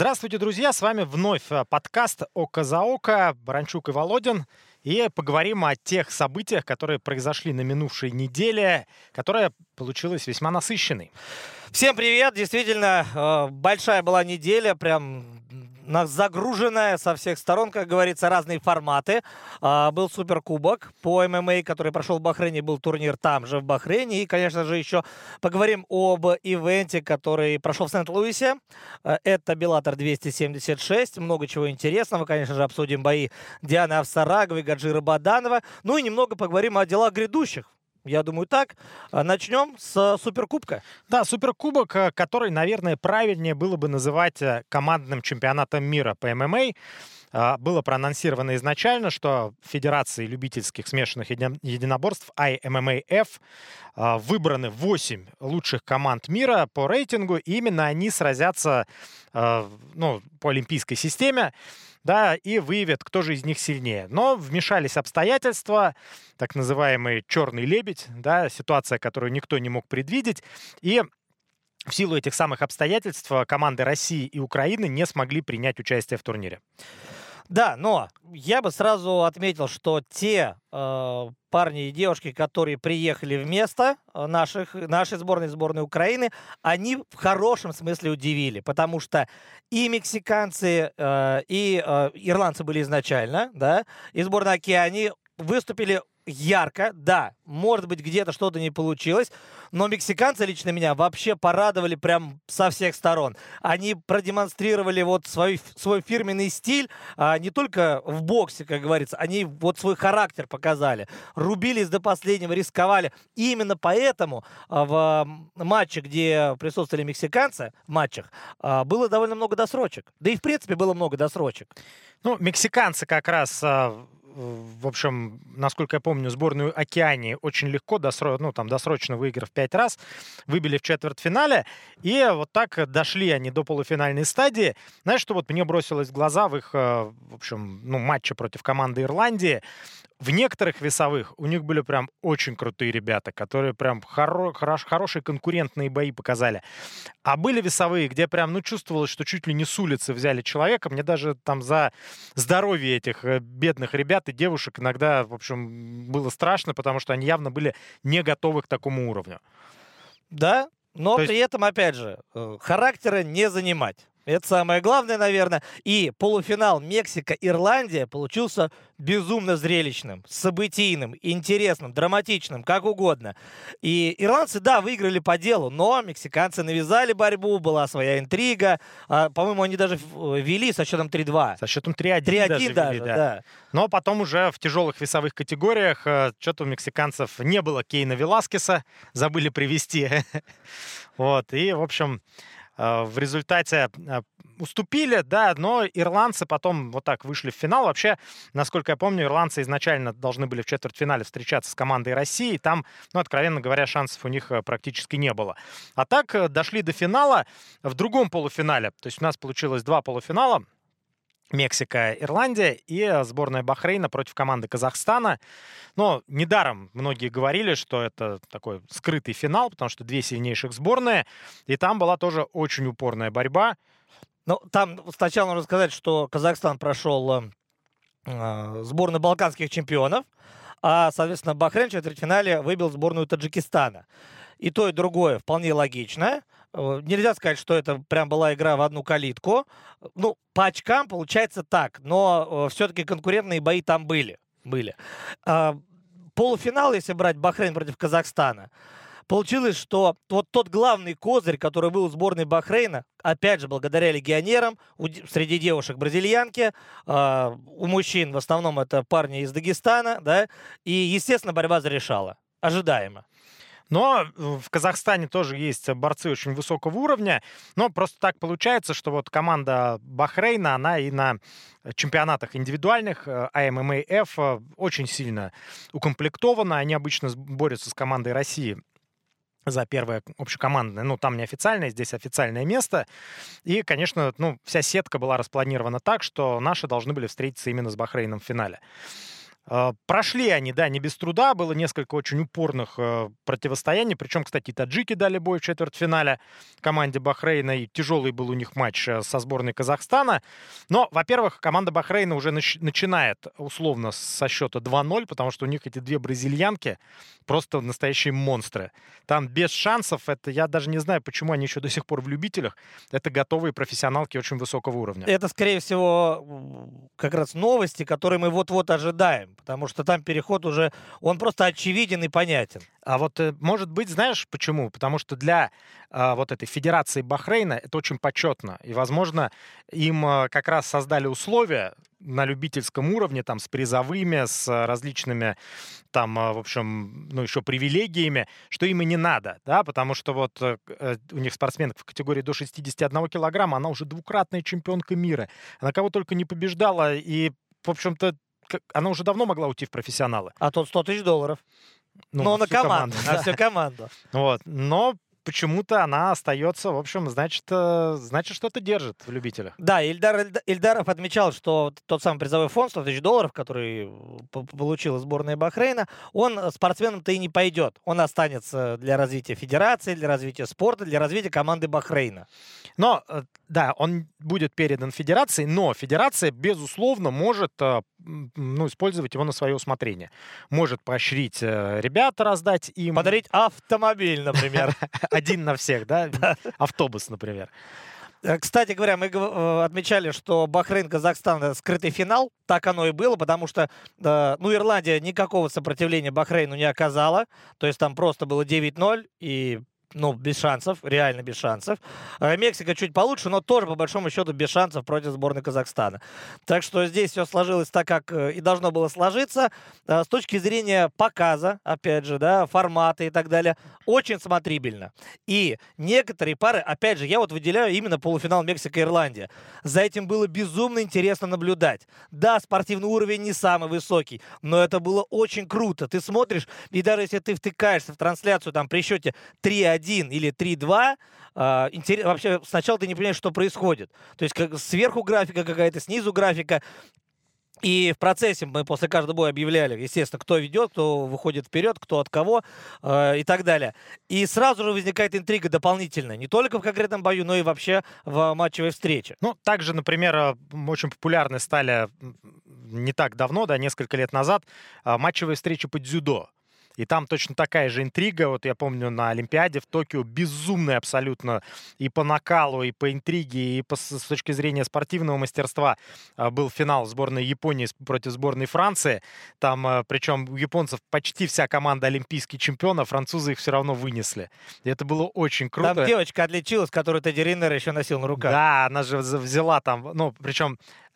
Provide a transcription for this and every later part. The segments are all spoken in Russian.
Здравствуйте, друзья! С вами вновь подкаст «Око за око», Баранчук и Володин. И поговорим о тех событиях, которые произошли на минувшей неделе, которая получилась весьма насыщенной. Всем привет! Действительно, большая была неделя, прям загруженная со всех сторон, как говорится, разные форматы. Был суперкубок по ММА, который прошел в Бахрейне, был турнир там же в Бахрейне. И, конечно же, еще поговорим об ивенте, который прошел в Сент-Луисе. Это Беллатор 276. Много чего интересного. Конечно же, обсудим бои Дианы Авсараговой, Гаджира Баданова. Ну и немного поговорим о делах грядущих. Я думаю, так. Начнем с Суперкубка. Да, Суперкубок, который, наверное, правильнее было бы называть командным чемпионатом мира по ММА. Было проанонсировано изначально, что в Федерации любительских смешанных единоборств IMMAF выбраны 8 лучших команд мира по рейтингу. И именно они сразятся по олимпийской системе. Да, и выявят, кто же из них сильнее. Но вмешались обстоятельства, так называемый «черный лебедь», да, ситуация, которую никто не мог предвидеть. И в силу этих самых обстоятельств команды России и Украины не смогли принять участие в турнире. Да, но я бы сразу отметил, что те парни и девушки, которые приехали вместо нашей сборной Украины, они в хорошем смысле удивили, потому что и мексиканцы, и ирландцы были изначально, да, и сборная Океании выступили ярко, да, может быть, где-то что-то не получилось, но мексиканцы лично меня вообще порадовали прям со всех сторон. Они продемонстрировали вот свой фирменный стиль, не только в боксе, как говорится, они вот свой характер показали, рубились до последнего, рисковали. И именно поэтому в матче, где присутствовали мексиканцы, в матчах, было довольно много досрочек. Да и в принципе было много досрочек. Ну, мексиканцы как раз... В общем, насколько я помню, сборную Океании очень легко, досрочно выиграв 5 раз, выбили в четвертьфинале. И вот так дошли они до полуфинальной стадии. Знаешь, что вот мне бросилось в глаза в их, матче против команды Ирландии? В некоторых весовых у них были прям очень крутые ребята, которые прям хорошие конкурентные бои показали. А были весовые, где прям, чувствовалось, что чуть ли не с улицы взяли человека. Мне даже там за здоровье этих бедных ребят и девушек иногда, в общем, было страшно, потому что они явно были не готовы к такому уровню. Да, но при этом, опять же, характера не занимать. Это самое главное, наверное. И полуфинал Мексика-Ирландия получился безумно зрелищным, событийным, интересным, драматичным, как угодно. И ирландцы, да, выиграли по делу, но мексиканцы навязали борьбу, была своя интрига. По-моему, они даже вели со счетом 3-2. Со счетом 3-1 даже, да. Но потом уже в тяжелых весовых категориях что-то у мексиканцев не было Кейна Веласкеса, забыли привести. Вот, и, в общем... В результате уступили, да, но ирландцы потом вот так вышли в финал. Вообще, насколько я помню, ирландцы изначально должны были в четвертьфинале встречаться с командой России. Там, откровенно говоря, шансов у них практически не было. А так дошли до финала в другом полуфинале. То есть у нас получилось 2 полуфинала. Мексика, Ирландия и сборная Бахрейна против команды Казахстана. Но недаром многие говорили, что это такой скрытый финал, потому что 2 сильнейших сборные. И там была тоже очень упорная борьба. Ну, там сначала нужно сказать, что Казахстан прошел сборную балканских чемпионов, а, соответственно, Бахрейн в четвертьфинале выбил сборную Таджикистана. И то, и другое вполне логично. Нельзя сказать, что это прям была игра в одну калитку. Ну, по очкам получается так, но все-таки конкурентные бои там были. Полуфинал, если брать Бахрейн против Казахстана, получилось, что вот тот главный козырь, который был у сборной Бахрейна, опять же, благодаря легионерам, среди девушек бразильянки, у мужчин в основном это парни из Дагестана, да, и, естественно, борьба зарешала. Ожидаемо. Но в Казахстане тоже есть борцы очень высокого уровня. Но просто так получается, что вот команда Бахрейна, она и на чемпионатах индивидуальных IMMAF очень сильно укомплектована. Они обычно борются с командой России за первое общекомандное, там неофициальное, здесь официальное место. И, конечно, вся сетка была распланирована так, что наши должны были встретиться именно с Бахрейном в финале. Прошли они, да, не без труда. Было несколько очень упорных противостояний. Причем, кстати, и таджики дали бой в четвертьфинале команде Бахрейна. И тяжелый был у них матч со сборной Казахстана. Но, во-первых, команда Бахрейна уже начинает условно со счета 2-0, потому что у них эти две бразильянки просто настоящие монстры. Там без шансов. Это я даже не знаю, почему они еще до сих пор в любителях. Это готовые профессионалки очень высокого уровня. Это, скорее всего, как раз новости, которые мы вот-вот ожидаем. Потому что там переход уже, он просто очевиден и понятен. А вот, может быть, знаешь почему? Потому что для вот этой Федерации Бахрейна это очень почетно. И, возможно, им как раз создали условия на любительском уровне, там, с призовыми, с различными, там, в общем, ну, еще привилегиями, что им и не надо, да, потому что вот у них спортсменка в категории до 61 килограмма, она уже двукратная чемпионка мира. Она кого только не побеждала, и, в общем-то, она уже давно могла уйти в профессионалы. А тут $100 000. Ну, на команду, на всю команду. Вот. Но почему-то она остается, в общем, значит, что-то держит в любителях. Да, Ильдаров отмечал, что тот самый призовой фонд $100 000, который получила сборная Бахрейна, он спортсменам-то и не пойдет. Он останется для развития федерации, для развития спорта, для развития команды Бахрейна. Но, да, он будет передан федерации, но федерация, безусловно, может использовать его на свое усмотрение. Может поощрить ребят, раздать им. Подарить автомобиль, например. Один на всех, да? Автобус, например. Кстати говоря, мы отмечали, что Бахрейн-Казахстан — скрытый финал. Так оно и было, потому что Ирландия никакого сопротивления Бахрейну не оказала. То есть там просто было 9-0 и... без шансов, реально без шансов. Мексика чуть получше, но тоже, по большому счету, без шансов против сборной Казахстана. Так что здесь все сложилось так, как и должно было сложиться. С точки зрения показа, опять же, да, формата и так далее, очень смотрибельно. И некоторые пары, опять же, я вот выделяю именно полуфинал Мексика-Ирландия. За этим было безумно интересно наблюдать. Да, спортивный уровень не самый высокий, но это было очень круто. Ты смотришь, и даже если ты втыкаешься в трансляцию там при счете 3-1 или 3-2, вообще сначала ты не понимаешь, что происходит. То есть сверху графика какая-то, снизу графика. И в процессе мы после каждого боя объявляли, естественно, кто ведет, кто выходит вперед, кто от кого и так далее. И сразу же возникает интрига дополнительная. Не только в конкретном бою, но и вообще в матчевой встрече. Ну, также, например, очень популярны стали не так давно, да, несколько лет назад, матчевые встречи по дзюдо. И там точно такая же интрига. Вот я помню на Олимпиаде в Токио безумная абсолютно и по накалу, и по интриге, и с точки зрения спортивного мастерства был финал сборной Японии против сборной Франции. Там, причем у японцев почти вся команда олимпийских чемпионов, французы их все равно вынесли. И это было очень круто. Там девочка отличилась, которую Тедди Ринер еще носил на руках. Да, она же взяла там, причем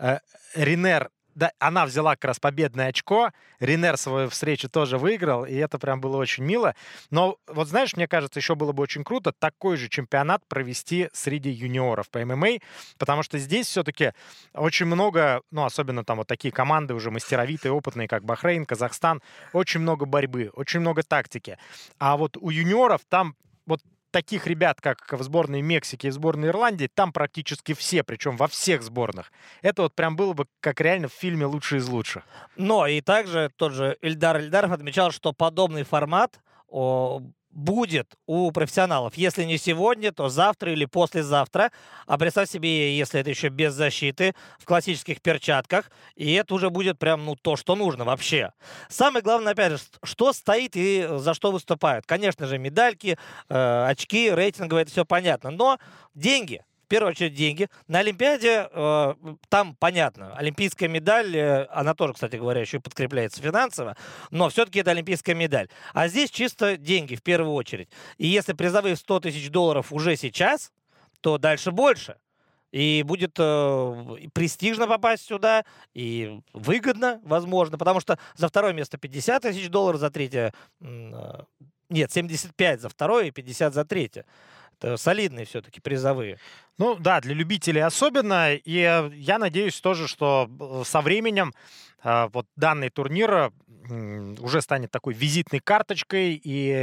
Ринер, да, она взяла как раз победное очко, Ринер свою встречу тоже выиграл, и это прям было очень мило. Но вот знаешь, мне кажется, еще было бы очень круто такой же чемпионат провести среди юниоров по ММА, потому что здесь все-таки очень много, особенно там вот такие команды уже мастеровитые, опытные, как Бахрейн, Казахстан, очень много борьбы, очень много тактики. А вот у юниоров там вот таких ребят, как в сборной Мексики и в сборной Ирландии, там практически все, причем во всех сборных. Это вот прям было бы как реально в фильме «Лучший из лучших». Но и также тот же Ильдаров отмечал, что подобный формат будет у профессионалов. Если не сегодня, то завтра или послезавтра. А представь себе, если это еще без защиты, в классических перчатках. И это уже будет прям, то, что нужно вообще. Самое главное, опять же, что стоит и за что выступают. Конечно же, медальки, очки, рейтинговые, это все понятно. Но деньги. В первую очередь деньги. На Олимпиаде там понятно. Олимпийская медаль, она тоже, кстати говоря, еще и подкрепляется финансово, но все-таки это олимпийская медаль. А здесь чисто деньги в первую очередь. И если призовые $100 000 уже сейчас, то дальше больше. И будет престижно попасть сюда, и выгодно, возможно, потому что за второе место $50 000, за третье... Нет, 75 за второе и 50 за третье. Это солидные все-таки призовые. Ну да, для любителей особенно. И я надеюсь тоже, что со временем вот данный турнир уже станет такой визитной карточкой. И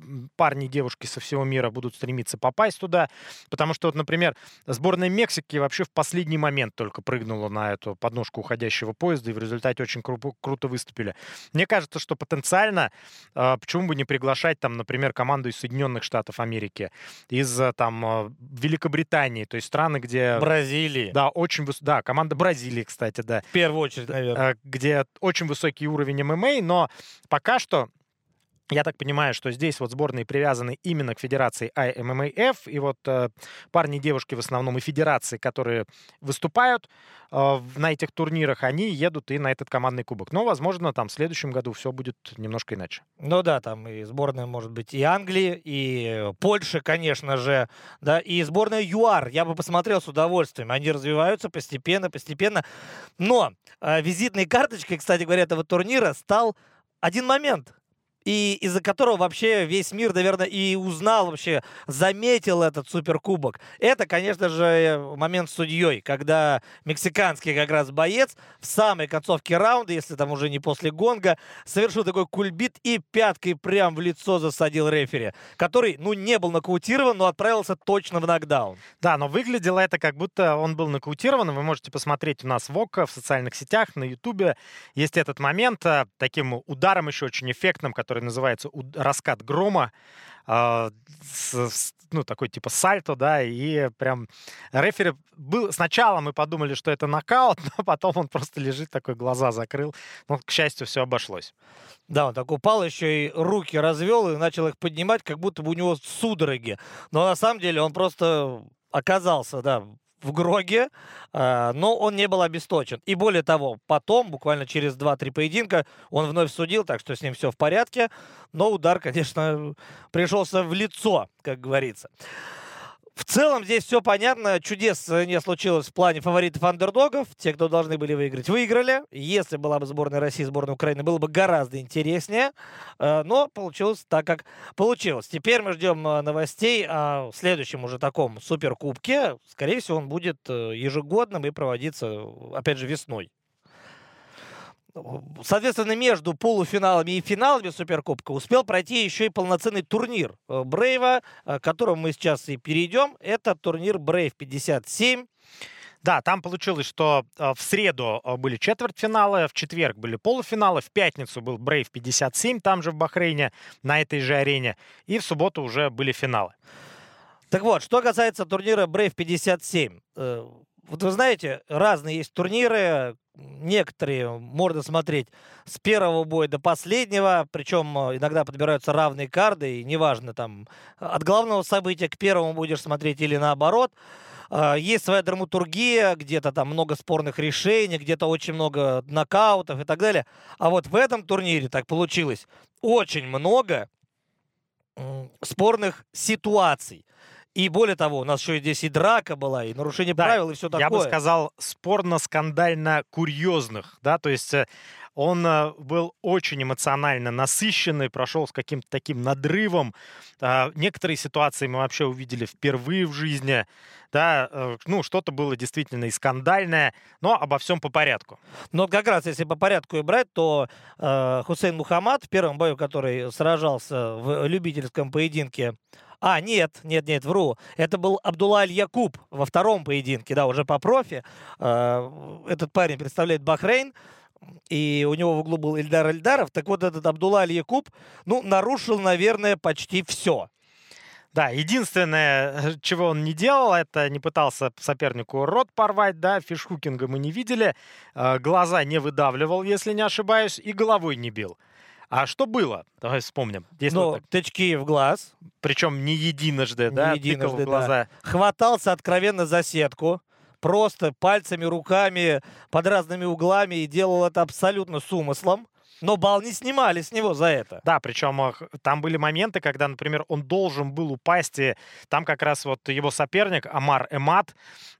парни и девушки со всего мира будут стремиться попасть туда. Потому что, вот, например, сборная Мексики вообще в последний момент только прыгнула на эту подножку уходящего поезда и в результате очень круто выступили. Мне кажется, что потенциально почему бы не приглашать там, например, команду из Соединенных Штатов Америки, из там Великобритании, то есть страны, где... Бразилии. Да, очень да, команда Бразилии, кстати, да. В первую очередь, наверное. Где очень высокий уровень ММА, но пока что я так понимаю, что здесь вот сборные привязаны именно к федерации IMMAF, и вот парни и девушки в основном и федерации, которые выступают на этих турнирах, они едут и на этот командный кубок. Но, возможно, там в следующем году все будет немножко иначе. Ну да, там и сборная может быть и Англии, и Польши, конечно же, да, и сборная ЮАР. Я бы посмотрел с удовольствием. Они развиваются постепенно. Но визитной карточкой, кстати говоря, этого турнира стал один момент, и из-за которого вообще весь мир, наверное, и узнал вообще, заметил этот суперкубок. Это, конечно же, момент с судьей, когда мексиканский как раз боец в самой концовке раунда, если там уже не после гонга, совершил такой кульбит и пяткой прям в лицо засадил рефери, который, не был нокаутирован, но отправился точно в нокдаун. Да, но выглядело это, как будто он был нокаутирован. Вы можете посмотреть у нас в ОК, в социальных сетях, на Ютубе. Есть этот момент таким ударом еще очень эффектным, который называется раскат грома, такой типа сальто, да, и прям рефери сначала мы подумали, что это нокаут, но потом он просто лежит такой, глаза закрыл, но, к счастью, все обошлось. Да, он так упал, еще и руки развел и начал их поднимать, как будто бы у него судороги, но на самом деле он просто оказался, да, в гроге, но он не был обесточен. И более того, потом, буквально через 2-3 поединка, он вновь судил, так что с ним все в порядке. Но удар, конечно, пришелся в лицо, как говорится. В целом здесь все понятно. Чудес не случилось в плане фаворитов-андердогов. Те, кто должны были выиграть, выиграли. Если была бы сборная России, сборная Украины, было бы гораздо интереснее. Но получилось так, как получилось. Теперь мы ждем новостей о следующем уже таком суперкубке. Скорее всего, он будет ежегодным и проводиться, опять же, весной. Соответственно, между полуфиналами и финалами Суперкубка успел пройти еще и полноценный турнир Брейва, к которому мы сейчас и перейдем. Это турнир Брейв 57. Да, там получилось, что в среду были четвертьфиналы, в четверг были полуфиналы, в пятницу был Брейв 57, там же в Бахрейне, на этой же арене, и в субботу уже были финалы. Так вот, что касается турнира Брейв 57. Вот вы знаете, разные есть турниры, некоторые можно смотреть с первого боя до последнего, причем иногда подбираются равные карды, и неважно, там, от главного события к первому будешь смотреть или наоборот. Есть своя драматургия, где-то там много спорных решений, где-то очень много нокаутов и так далее. А вот в этом турнире так получилось очень много спорных ситуаций. И более того, у нас еще здесь и драка была, и нарушение правил, и все такое. Я бы сказал, спорно-скандально-курьезных, да, то есть он был очень эмоционально насыщенный, прошел с каким-то таким надрывом. Некоторые ситуации мы вообще увидели впервые в жизни, да, что-то было действительно и скандальное, но обо всем по порядку. Но как раз, если по порядку и брать, то Хусейн Мухаммад в первом бою, который сражался в любительском поединке, нет, вру. Это был Абдулла Аль-Якуб во втором поединке, да, уже по профи. Этот парень представляет Бахрейн, и у него в углу был Ильдар Эльдаров. Так вот, этот Абдулла Аль-Якуб, нарушил, наверное, почти все. Да, единственное, чего он не делал, это не пытался сопернику рот порвать, да, фишхукинга мы не видели, глаза не выдавливал, если не ошибаюсь, и головой не бил. А что было? Давай вспомним. Тычки в глаз. Причем не единожды, да, тыкал в глаза. Да. Хватался откровенно за сетку. Просто пальцами, руками, под разными углами. И делал это абсолютно с умыслом. Но балл не снимали с него за это. Да, причем там были моменты, когда, например, он должен был упасть. И там как раз вот его соперник Амар Эмад,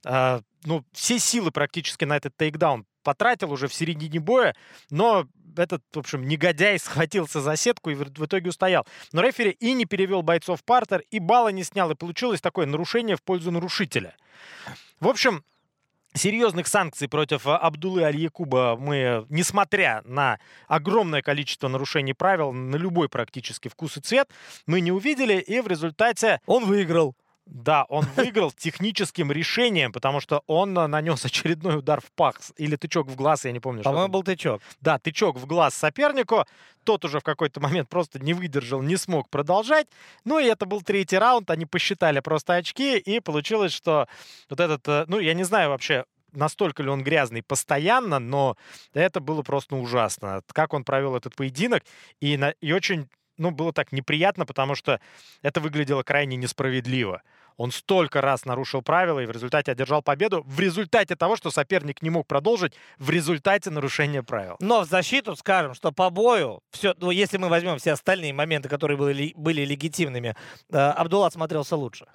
все силы практически на этот тейкдаун потратил уже в середине боя, но этот, в общем, негодяй схватился за сетку и в итоге устоял. Но рефери и не перевел бойцов в партер, и балла не снял, и получилось такое нарушение в пользу нарушителя. В общем, Серьезных санкций против Абдуллы Аль-Якуба мы, несмотря на огромное количество нарушений правил, на любой практически вкус и цвет, мы не увидели, и в результате... Он выиграл. Да, он выиграл техническим решением, потому что он нанес очередной удар в пах или тычок в глаз, я не помню. По-моему, был тычок. Да, тычок в глаз сопернику. Тот уже в какой-то момент просто не выдержал, не смог продолжать. Ну и это был третий раунд, они посчитали просто очки, и получилось, что вот этот, ну я не знаю вообще, настолько ли он грязный постоянно, но это было просто ужасно. Как он провел этот поединок, и очень... Ну, было так неприятно, потому что это выглядело крайне несправедливо. Он столько раз нарушил правила и в результате одержал победу. В результате того, что соперник не мог продолжить, в результате нарушения правил. Но в защиту скажем, что по бою, все, ну, если мы возьмем все остальные моменты, которые были легитимными, Абдулла смотрелся лучше.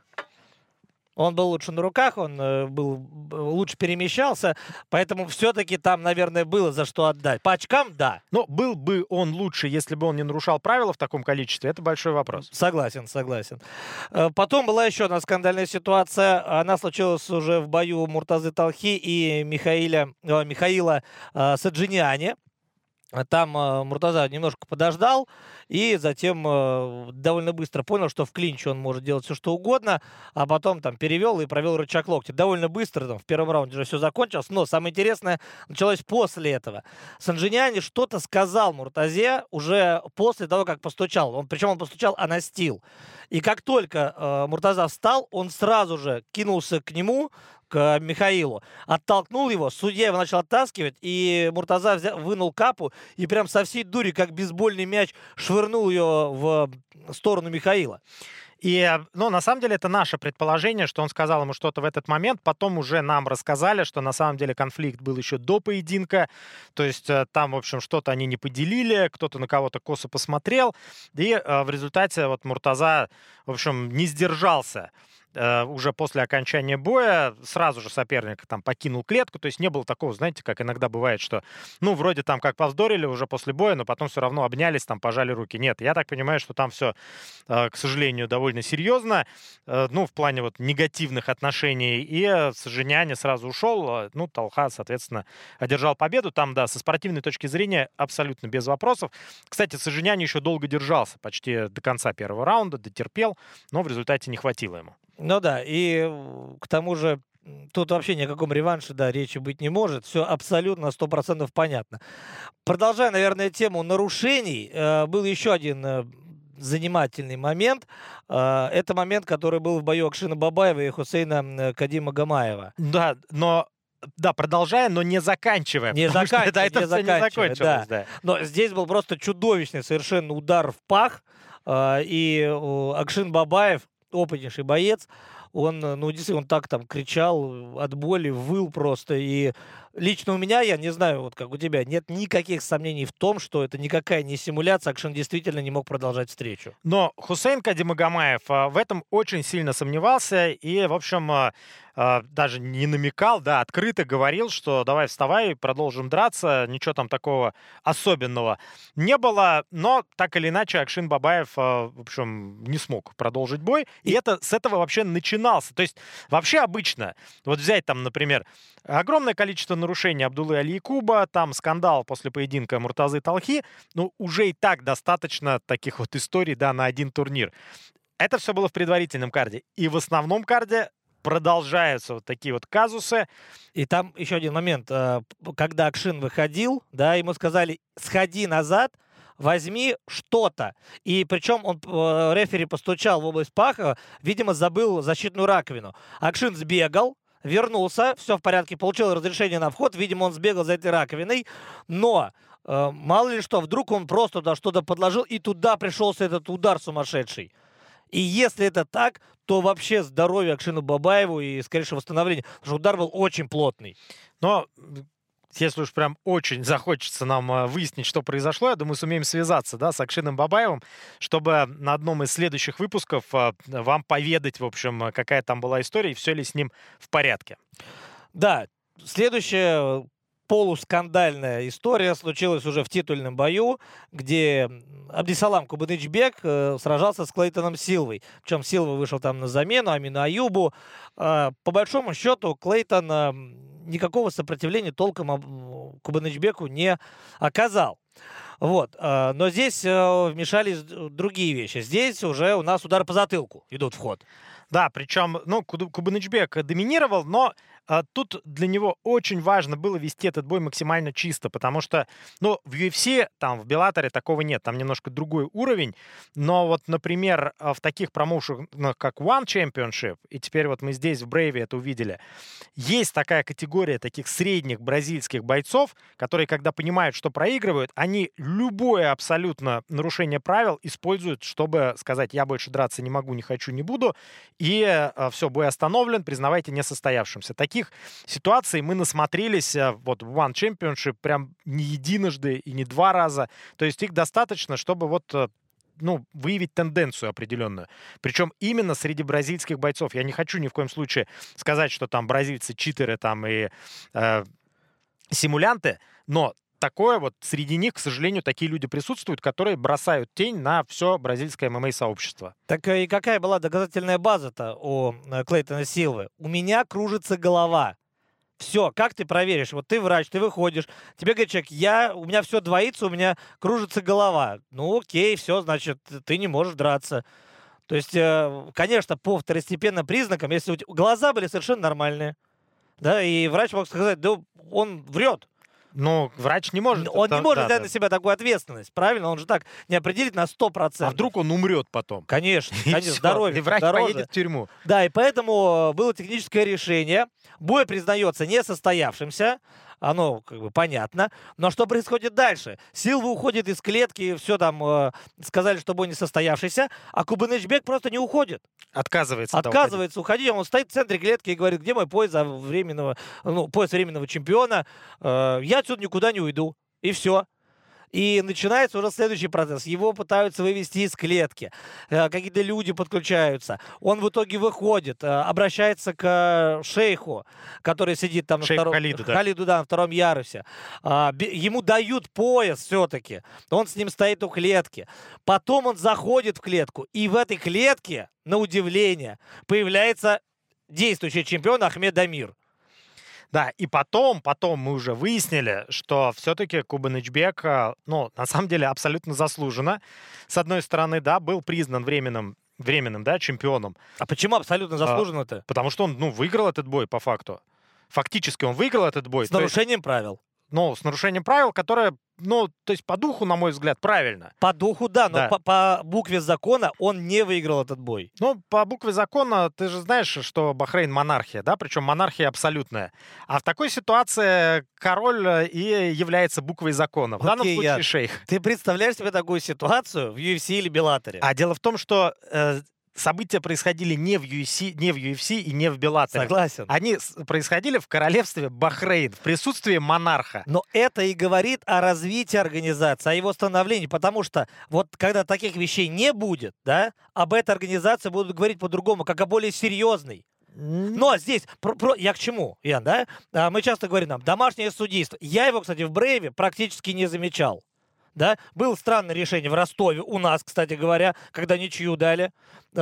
Он был лучше на руках, он лучше перемещался, поэтому все-таки там, наверное, было за что отдать. По очкам, да. Но был бы он лучше, если бы он не нарушал правила в таком количестве, это большой вопрос. Согласен. Потом была еще одна скандальная ситуация. Она случилась уже в бою Муртазы Талхи и Михаила Саджиняни. Там Муртаза немножко подождал и затем довольно быстро понял, что в клинче он может делать все, что угодно, а потом там перевел и провел рычаг локтя. Довольно быстро, там, в первом раунде уже все закончилось, но самое интересное началось после этого. Саджиняни что-то сказал Муртазе уже после того, как постучал. Причем он постучал о настил. И как только Муртаза встал, он сразу же кинулся к нему, к Михаилу, оттолкнул его, судья его начал оттаскивать, и Муртаза вынул капу и прям со всей дури, как бейсбольный мяч, швырнул ее в сторону Михаила. И, ну, на самом деле, это наше предположение, что он сказал ему что-то в этот момент. Потом уже нам рассказали, что на самом деле конфликт был еще до поединка. То есть там, в общем, что-то они не поделили, кто-то на кого-то косо посмотрел. И в результате вот Муртаза, в общем, не сдержался. Уже после окончания боя сразу же соперник там покинул клетку, то есть не было такого, знаете, как иногда бывает, что, ну, вроде там как повздорили уже после боя, но потом все равно обнялись, там пожали руки. Нет, я так понимаю, что там все, к сожалению, довольно серьезно, ну, в плане вот негативных отношений, и Саджиняни сразу ушел, ну, Талха, соответственно, одержал победу. Там, да, со спортивной точки зрения абсолютно без вопросов. Кстати, Саджиняни еще долго держался, почти до конца первого раунда, дотерпел, но в результате не хватило ему. Ну да, и к тому же тут вообще ни о каком реванше, да, речи быть не может. Все абсолютно 100% понятно. Продолжая, наверное, тему нарушений, был еще один занимательный момент. Это момент, который был в бою Акшина Бабаева и Хусейна Кадимагомаева. Да, но... Да, продолжая, но не заканчивая. Не заканчивая, да. Но здесь был просто чудовищный совершенно удар в пах. И Акшин Бабаев, опытнейший боец, он, ну, действительно, он так там кричал от боли, выл просто. И лично у меня, я не знаю, вот как у тебя, нет никаких сомнений в том, что это никакая не симуляция, Акшин действительно не мог продолжать встречу. Но Хусейн Кадимагомаев в этом очень сильно сомневался и, в общем, даже не намекал, да, открыто говорил, что давай вставай, продолжим драться, ничего там такого особенного не было, но так или иначе Акшин Бабаев, в общем, не смог продолжить бой, и это с этого вообще начинался. То есть вообще обычно, вот взять там, например, огромное количество нарушений Абдуллы Аль-Якуба, там скандал после поединка Муртазы Талхи, ну, уже и так достаточно таких вот историй, да, на один турнир. Это все было в предварительном карде. И в основном карде продолжаются вот такие вот казусы. И там еще один момент. Когда Акшин выходил, да, ему сказали, сходи назад, возьми что-то. И причем он, рефери постучал в область паха, видимо, забыл защитную раковину. Акшин сбегал, вернулся, все в порядке, получил разрешение на вход. Видимо, он сбегал за этой раковиной. Но мало ли что, вдруг он просто туда что-то подложил, и туда пришелся этот удар сумасшедший. И если это так, то вообще здоровье Акшину Бабаеву и, скорее всего, восстановление. Потому что удар был очень плотный. Но если уж прям очень захочется нам выяснить, что произошло, я думаю, сумеем связаться, да, с Акшином Бабаевым, чтобы на одном из следующих выпусков вам поведать, в общем, какая там была история и все ли с ним в порядке. Да, следующая полускандальная история случилась уже в титульном бою, где Абдисалам Кубанычбек сражался с Клейтоном Силвой. Причем Силва вышел там на замену Амину Аюбу. По большому счету Клейтон никакого сопротивления толком Кубанычбеку не оказал. Вот. Но здесь вмешались другие вещи. Здесь уже у нас удары по затылку идут в ход. Да, причем, Кубанычбек доминировал, но тут для него очень важно было вести этот бой максимально чисто, потому что, в UFC, там, в Беллаторе такого нет, там немножко другой уровень, но вот, например, в таких промоушенах, как One Championship, и теперь вот мы здесь в Брейве это увидели, есть такая категория таких средних бразильских бойцов, которые, когда понимают, что проигрывают, они любое абсолютно нарушение правил используют, чтобы сказать, я больше драться не могу, не хочу, не буду, и все, бой остановлен, признавайте несостоявшимся. Таких ситуаций мы насмотрелись вот в One Championship прям не единожды и не два раза. То есть их достаточно, чтобы выявить тенденцию определенную. Причем именно среди бразильских бойцов. Я не хочу ни в коем случае сказать, что там бразильцы читеры там и симулянты, но такое вот среди них, к сожалению, такие люди присутствуют, которые бросают тень на все бразильское ММА-сообщество. Так и какая была доказательная база-то у Клейтона Силвы? У меня кружится голова. Все, как ты проверишь? Вот ты врач, ты выходишь, тебе говорит человек, у меня все двоится, у меня кружится голова. Ну окей, все, значит, ты не можешь драться. То есть, конечно, по второстепенным признакам, если у тебя глаза были совершенно нормальные, да, и врач мог сказать, да он врет. Но врач не может... Он не может взять на себя такую ответственность, правильно? Он же так не определит на 100%. А вдруг он умрет потом? Конечно, здоровье. И врач поедет в тюрьму. Да, и поэтому было техническое решение. Бой признается несостоявшимся. Оно как бы понятно. Но что происходит дальше? Силва уходит из клетки, все там сказали, что бой несостоявшийся, а Кубанычбек просто не уходит. Отказывается уходить. Он стоит в центре клетки и говорит, где мой пояс пояс временного чемпиона? Я отсюда никуда не уйду. И все. И начинается уже следующий процесс. Его пытаются вывести из клетки. Какие-то люди подключаются. Он в итоге выходит, обращается к шейху, который сидит там Халиду, на втором ярусе. Ему дают пояс все-таки. Он с ним стоит у клетки. Потом он заходит в клетку. И в этой клетке, на удивление, появляется действующий чемпион Ахмед Амир. Да, и потом мы уже выяснили, что все-таки Кубанычбек, на самом деле, абсолютно заслуженно. С одной стороны, да, был признан временным, да, чемпионом. А почему абсолютно заслуженно-то? Потому что он, выиграл этот бой по факту. Фактически он выиграл этот бой. С нарушением правил. С нарушением правил, которое, то есть по духу, на мой взгляд, правильно. По духу, да, но по букве закона он не выиграл этот бой. По букве закона, ты же знаешь, что Бахрейн монархия, да, причем монархия абсолютная. А в такой ситуации король и является буквой закона. В данном случае шейх. Ты представляешь себе такую ситуацию в UFC или Беллаторе? А дело в том, что... события происходили не в UFC и не в Беллаторе. Согласен. Они происходили в королевстве Бахрейн, в присутствии монарха. Но это и говорит о развитии организации, о его становлении, потому что вот когда таких вещей не будет, да, об этой организации будут говорить по-другому, как о более серьезной. Но здесь, я к чему, Ян, да? Мы часто говорим, домашнее судейство. Я его, кстати, в Брейве практически не замечал. Да? Было странное решение в Ростове, у нас, кстати говоря, когда ничью дали.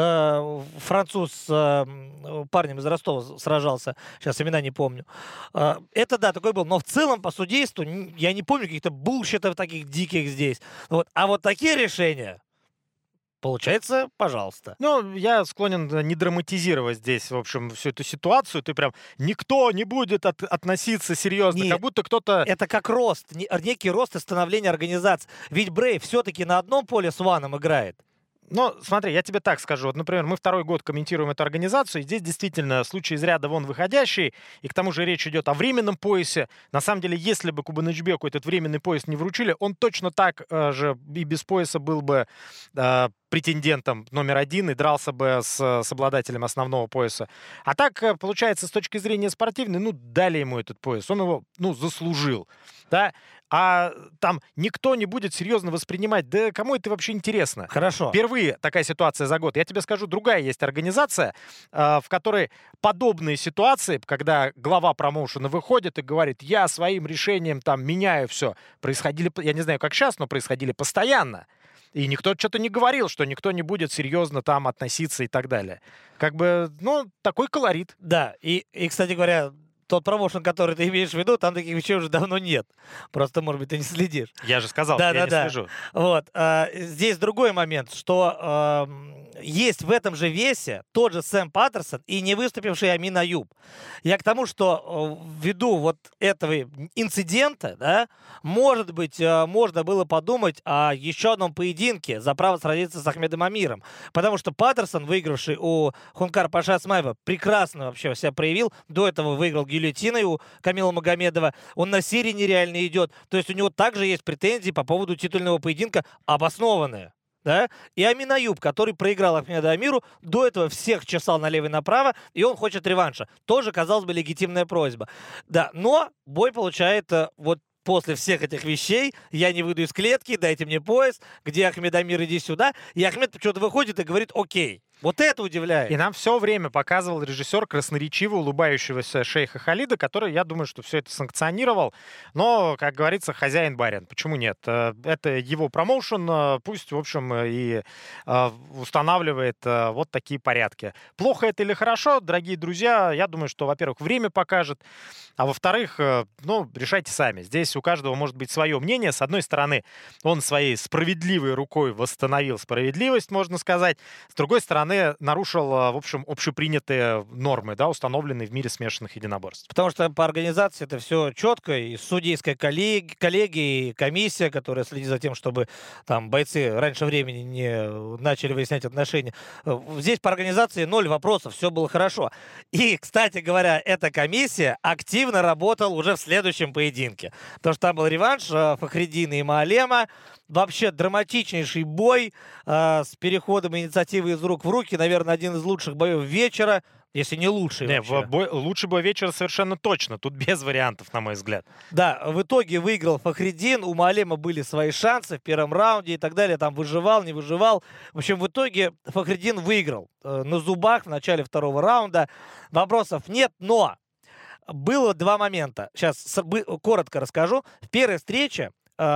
Француз с парнем из Ростова сражался, сейчас имена не помню. Это, да, такой был. Но в целом по судейству я не помню каких-то булщитов таких диких здесь. Вот. А вот такие решения... Получается, пожалуйста. Я склонен не драматизировать здесь, в общем, всю эту ситуацию. Ты прям никто не будет относиться серьезно, Нет, как будто кто-то... Это как рост, некий рост и становление организации. Ведь Брейв все-таки на одном поле с Ваном играет. Смотри, я тебе так скажу. Вот, например, мы второй год комментируем эту организацию, и здесь действительно случай из ряда вон выходящий, и к тому же речь идет о временном поясе. На самом деле, если бы Кубанычбеку этот временный пояс не вручили, он точно так же и без пояса был бы претендентом номер один и дрался бы с обладателем основного пояса. А так, получается, с точки зрения спортивной, дали ему этот пояс. Он его, заслужил. Да? А там никто не будет серьезно воспринимать. Да кому это вообще интересно? Хорошо. Впервые такая ситуация за год. Я тебе скажу, другая есть организация, в которой подобные ситуации, когда глава промоушена выходит и говорит, я своим решением там меняю все, происходили, я не знаю, как сейчас, но происходили постоянно. И никто что-то не говорил, что никто не будет серьезно там относиться и так далее. Такой колорит. Да, и кстати говоря, тот промоушен, который ты имеешь в виду, там таких вещей уже давно нет. Просто, может быть, ты не следишь. Я же сказал, я не слежу. Вот. Здесь другой момент, что есть в этом же весе тот же Сэм Паттерсон и не выступивший Амин Аюб. Я к тому, что ввиду вот этого инцидента, да, может быть, можно было подумать о еще одном поединке за право сразиться с Ахмедом Амиром. Потому что Паттерсон, выигравший у Хункар Паша Асмаева, прекрасно вообще себя проявил. До этого выиграл гильотиной у Камила Магомедова. Он на серии нереально идет. То есть у него также есть претензии по поводу титульного поединка обоснованные. Да? И Амин Аюб, который проиграл Ахмеду Амиру, до этого всех чесал налево и направо, и он хочет реванша. Тоже, казалось бы, легитимная просьба. Да, но бой получает вот после всех этих вещей: я не выйду из клетки, дайте мне пояс, где Ахмед Амир, иди сюда. И Ахмед почему-то выходит и говорит: окей. Вот это удивляет. И нам все время показывал режиссер красноречиво улыбающегося шейха Халида, который, я думаю, что все это санкционировал. Но, как говорится, хозяин-барин. Почему нет? Это его промоушен, пусть, в общем, и устанавливает вот такие порядки. Плохо это или хорошо, дорогие друзья? Я думаю, что, во-первых, время покажет, а во-вторых, ну, решайте сами. Здесь у каждого может быть свое мнение. С одной стороны, он своей справедливой рукой восстановил справедливость, можно сказать. С другой стороны, нарушил, в общем, общепринятые нормы, да, установленные в мире смешанных единоборств. Потому что по организации это все четко, и судейская коллегия, и комиссия, которая следит за тем, чтобы там бойцы раньше времени не начали выяснять отношения. Здесь по организации 0 вопросов, все было хорошо. И, кстати говоря, эта комиссия активно работала уже в следующем поединке. Потому что там был реванш Фахриддина и Маалема. Вообще драматичнейший бой с переходом инициативы из рук в руки. Наверное, один из лучших боев вечера, если не лучший. Лучший бой вечера совершенно точно. Тут без вариантов, на мой взгляд. Да, в итоге выиграл Фахриддин. У Маалема были свои шансы в первом раунде и так далее. Там выживал, не выживал. В общем, в итоге Фахриддин выиграл на зубах в начале второго раунда. Вопросов нет, но было 2 момента. Сейчас коротко расскажу. В первой встрече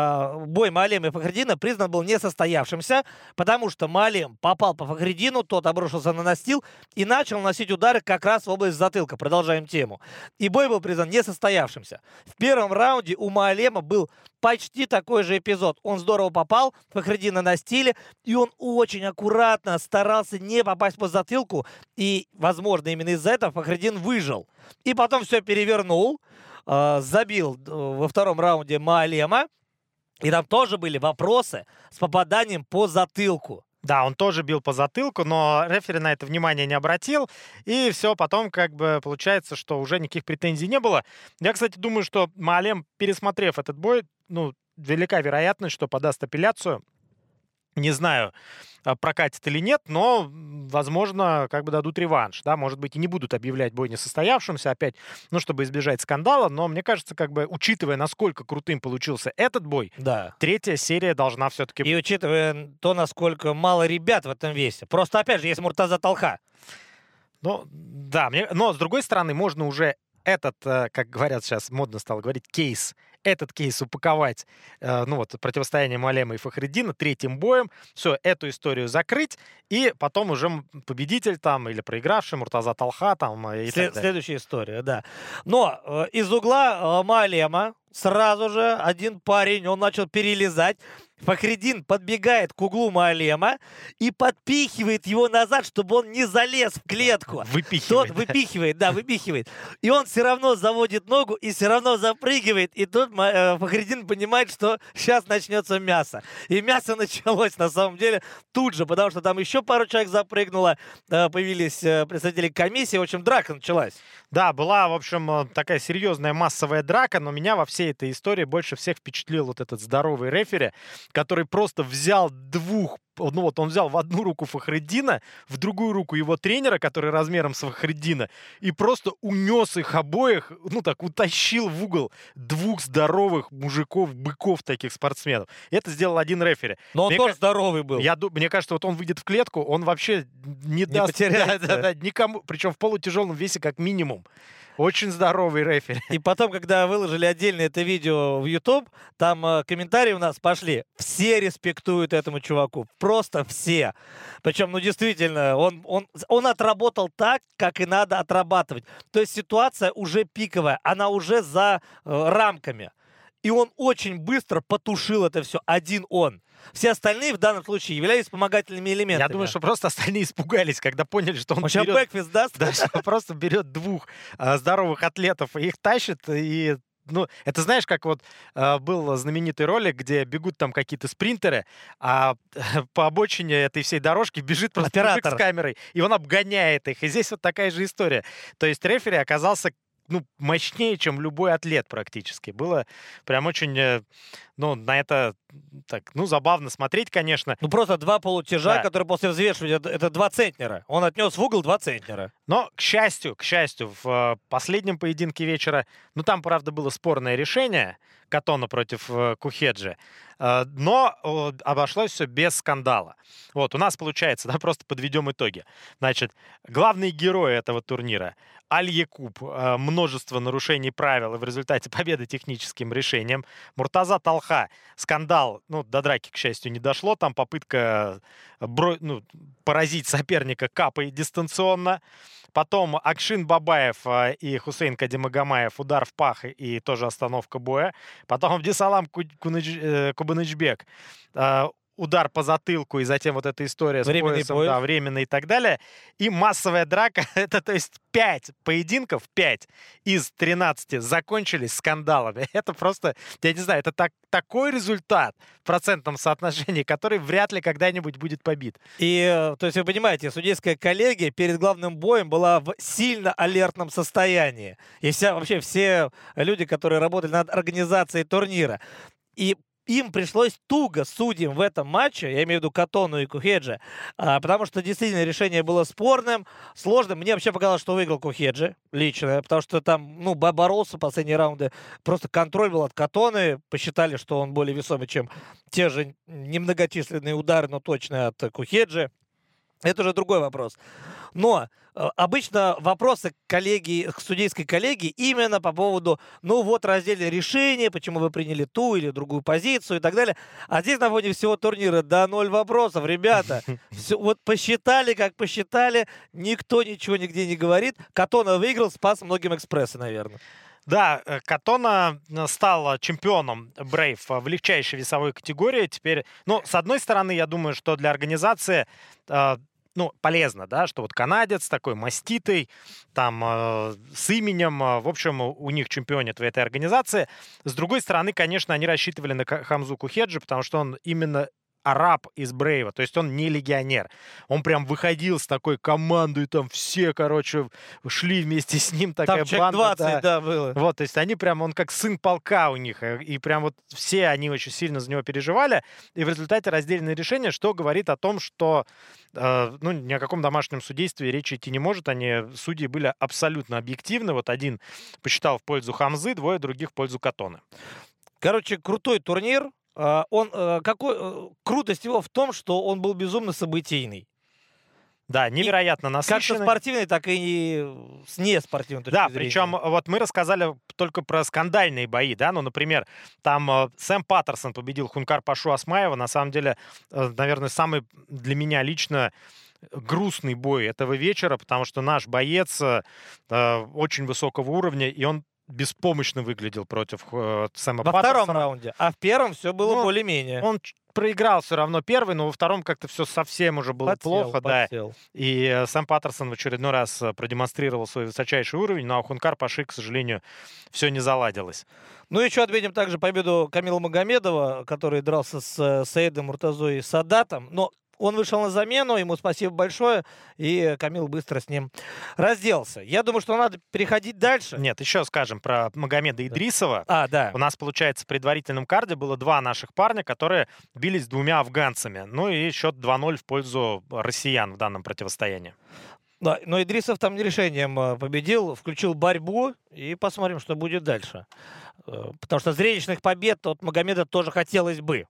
бой Маалема и Фахриддина признан был несостоявшимся, потому что Маалем попал по Фахриддину, тот обрушился на настил и начал наносить удары как раз в область затылка. Продолжаем тему. И бой был признан несостоявшимся. В первом раунде у Маалема был почти такой же эпизод. Он здорово попал, Фахриддин на стиле, и он очень аккуратно старался не попасть по затылку, и, возможно, именно из-за этого Фахриддин выжил. И потом все перевернул, забил во втором раунде Маалема. И там тоже были вопросы с попаданием по затылку. Да, он тоже бил по затылку, но рефери на это внимание не обратил. И все, потом как бы получается, что уже никаких претензий не было. Я, кстати, думаю, что Маалем, пересмотрев этот бой, ну, велика вероятность, что подаст апелляцию. Не знаю, прокатит или нет, но, возможно, как бы дадут реванш, да, может быть, и не будут объявлять бой несостоявшимся опять, ну, чтобы избежать скандала, но мне кажется, как бы, учитывая, насколько крутым получился этот бой, да, 3-я серия должна все-таки... И учитывая то, насколько мало ребят в этом весе. Просто, опять же, есть Муртаза Талха. Ну, да, но, с другой стороны, можно уже этот, как говорят сейчас, модно стало говорить, этот кейс упаковать, ну вот, противостояние Маалема и Фахриддина 3-м боем, все, эту историю закрыть, и потом уже победитель там или проигравший Муртаза Талха там и так далее. Следующая история, да. Но из угла Маалема сразу же один парень, он начал перелезать. Фахриддин подбегает к углу Маалема и подпихивает его назад, чтобы он не залез в клетку. Выпихивает. Тот выпихивает. И он все равно заводит ногу и все равно запрыгивает. И тут Фахриддин понимает, что сейчас начнется мясо. И мясо началось на самом деле тут же, потому что там еще пару человек запрыгнуло, появились представители комиссии. В общем, драка началась. Да, была, в общем, такая серьезная массовая драка, но меня во всей этой истории больше всех впечатлил вот этот здоровый рефери, который просто взял он взял в одну руку Фахриддина, в другую руку его тренера, который размером с Фахриддина, и просто унес их обоих, ну так, утащил в угол 2 здоровых мужиков, быков таких спортсменов. Это сделал один рефери. Но он тоже здоровый был. Мне кажется, вот он выйдет в клетку, он вообще не даст потеряется. Да, никому, причем в полутяжелом весе как минимум. Очень здоровый рефери. И потом, когда выложили отдельно это видео в YouTube, там комментарии у нас пошли. Все респектуют этому чуваку. Просто все. Причем, ну, действительно, он отработал так, как и надо отрабатывать. То есть ситуация уже пиковая, она уже за рамками. И он очень быстро потушил это все. Один он. Все остальные в данном случае являлись вспомогательными элементами. Я думаю, что просто остальные испугались, когда поняли, что он сейчас берет... бэкфист даст? Да, что он просто берет двух здоровых атлетов и их тащит, и... Ну, это знаешь, как вот был знаменитый ролик, где бегут там какие-то спринтеры, а по обочине этой всей дорожки бежит просто мужик с камерой, и он обгоняет их. И здесь вот такая же история. То есть рефери оказался мощнее, чем любой атлет практически. Было прям очень, на это так, забавно смотреть, конечно. Ну, просто два полутяжа, да, которые после взвешивания, это 2 центнера. Он отнес в угол 2 центнера. Но, к счастью, в последнем поединке вечера, там, правда, было спорное решение, Катона против Кухеджи, но обошлось все без скандала. Вот, у нас получается, просто подведем итоги. Значит, главные герои этого турнира — Аль-Якуб, множество нарушений правил, и в результате победы техническим решением. Муртаза Талха, скандал, до драки, к счастью, не дошло, там попытка поразить соперника капой дистанционно. Потом Акшин Бабаев и Хусейн Кадимагомаев, удар в пах и тоже остановка боя. Потом Абдисалам Кубанычбек, удар по затылку, и затем вот эта история с поясом, да, временный и так далее. И массовая драка. Это, то есть, 5 поединков, 5 из 13 закончились скандалами. Это просто, я не знаю, это такой результат в процентном соотношении, который вряд ли когда-нибудь будет побит. И, то есть, вы понимаете, судейская коллегия перед главным боем была в сильно алертном состоянии. И вообще все люди, которые работали над организацией турнира. И им пришлось туго судьям в этом матче, я имею в виду Катону и Кухеджи, потому что действительно решение было спорным, сложным. Мне вообще показалось, что выиграл Кухеджи лично, потому что там, боролся в последние раунды. Просто контроль был от Катоны, посчитали, что он более весомый, чем те же немногочисленные удары, но точно от Кухеджи. Это уже другой вопрос. Но обычно вопросы к судейской коллегии именно по поводу, раздельное решение, почему вы приняли ту или другую позицию и так далее. А здесь на фоне всего турнира 0 вопросов, ребята. Вот посчитали, как посчитали, никто ничего нигде не говорит. Катона выиграл, спас многим экспрессы, наверное. Да, Катона стал чемпионом Брейв в легчайшей весовой категории. Теперь, с одной стороны, я думаю, что для организации полезно, да, что вот канадец такой маститый, там с именем, в общем, у них чемпионит в этой организации. С другой стороны, конечно, они рассчитывали на Хамзу Кухеджи, потому что он именно араб из Брейва, то есть он не легионер. Он прям выходил с такой командой, там все, шли вместе с ним, такая там банда. 20, да, было. Вот, то есть он как сын полка у них, и прям вот все они очень сильно за него переживали, и в результате раздельное решение, что говорит о том, что ни о каком домашнем судействе речи идти не может, судьи были абсолютно объективны, вот один посчитал в пользу Хамзы, 2 других в пользу Катоны. Короче, крутой турнир. Крутость его в том, что он был безумно событийный. Да, невероятно насыщенный. Как со спортивной, так и с неспортивной точки зрения. Да, причем вот мы рассказали только про скандальные бои, да, например, там Сэм Паттерсон победил Хункар Пашу Асмаева, на самом деле, наверное, самый для меня лично грустный бой этого вечера, потому что наш боец очень высокого уровня, и он беспомощно выглядел против Сэма Паттерсона. Во втором раунде, а в первом все было более-менее. Он проиграл все равно первый, но во втором как-то все совсем уже было плохо. Да. И Сэм Паттерсон в очередной раз продемонстрировал свой высочайший уровень, но у Хункар Паши, к сожалению, все не заладилось. Еще отметим также победу Камила Магомедова, который дрался с Саидом Муртазой и Садатом. Но он вышел на замену, ему спасибо большое, и Камил быстро с ним разделался. Я думаю, что надо переходить дальше. Нет, еще скажем про Магомеда Идрисова. Да. У нас, получается, в предварительном карде было 2 наших парня, которые бились с 2 афганцами. И счет 2-0 в пользу россиян в данном противостоянии. Да, но Идрисов там решением победил, включил борьбу, и посмотрим, что будет дальше. Потому что зрелищных побед от Магомеда тоже хотелось бы.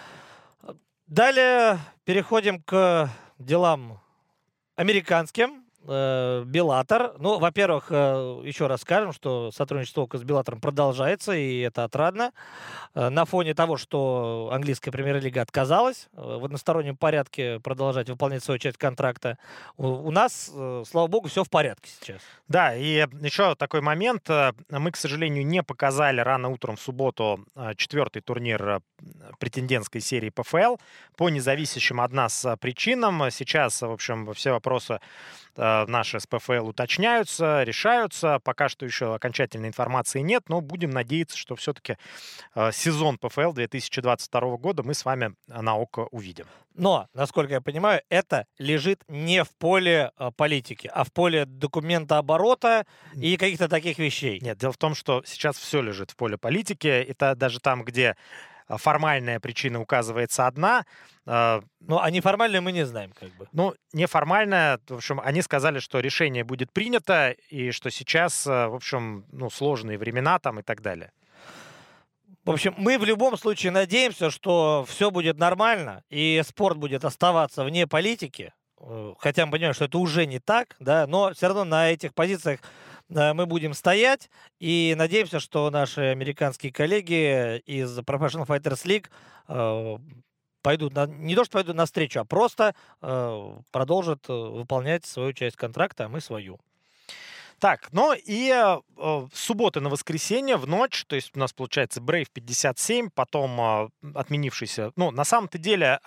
Далее переходим к делам американским. Беллатор. Ну, во-первых, еще раз скажем, что сотрудничество с Беллатором продолжается, и это отрадно. На фоне того, что английская премьер-лига отказалась в одностороннем порядке продолжать выполнять свою часть контракта, у нас, слава богу, все в порядке сейчас. Да, и еще такой момент. Мы, к сожалению, не показали рано утром в субботу 4-й турнир претендентской серии ПФЛ по независящим от нас причинам. Сейчас, в общем, все вопросы наши с ПФЛ уточняются, решаются. Пока что еще окончательной информации нет, но будем надеяться, что все-таки сезон ПФЛ 2022 года мы с вами на око увидим. Но, насколько я понимаю, это лежит не в поле политики, а в поле документооборота и каких-то таких вещей. Нет, дело в том, что сейчас все лежит в поле политики. Это даже там, где формальная причина указывается одна. Ну, а неформальную мы не знаем, как бы. Ну, неформальная, в общем, они сказали, что решение будет принято, и что сейчас, в общем, сложные времена там и так далее. В общем, мы в любом случае надеемся, что все будет нормально, и спорт будет оставаться вне политики. Хотя мы понимаем, что это уже не так, да, но все равно на этих позициях мы будем стоять, и надеемся, что наши американские коллеги из Professional Fighters League пойдут, не то что пойдут навстречу, а просто продолжат выполнять свою часть контракта, а мы свою. Так, ну и с субботы на воскресенье в ночь, то есть у нас получается Brave 57, потом отменившийся, на самом-то деле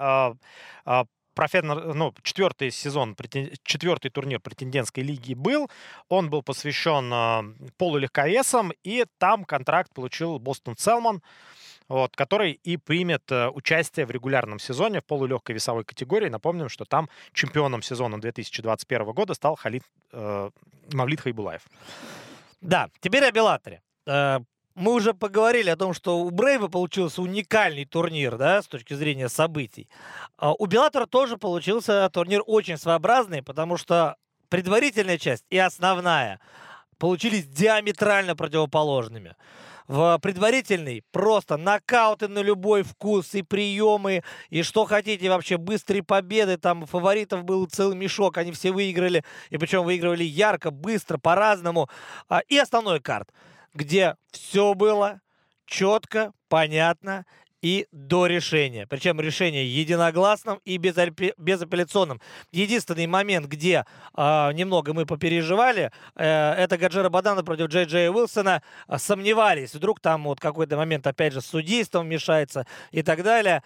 четвертый сезон, четвертый турнир претендентской лиги был. Он был посвящен полулегковесам, и там контракт получил Бостон Селман, который и примет участие в регулярном сезоне в полулегкой весовой категории. Напомним, что там чемпионом сезона 2021 года стал Мавлид Хайбулаев. Да, теперь о Беллаторе. Мы уже поговорили о том, что у Брейва получился уникальный турнир, да, с точки зрения событий. У Беллатора тоже получился турнир очень своеобразный, потому что предварительная часть и основная получились диаметрально противоположными. В предварительной просто нокауты на любой вкус и приемы, и что хотите вообще, быстрые победы, там фаворитов был целый мешок, они все выиграли, и причем выигрывали ярко, быстро, по-разному. И основной карт, где все было четко, понятно и до решения. Причем решение единогласным и безапелляционным. Единственный момент, где немного мы попереживали, это Гаджи Рабаданов против Джей Джея Уилсона. Сомневались, вдруг там какой-то момент опять же с судейством мешается и так далее.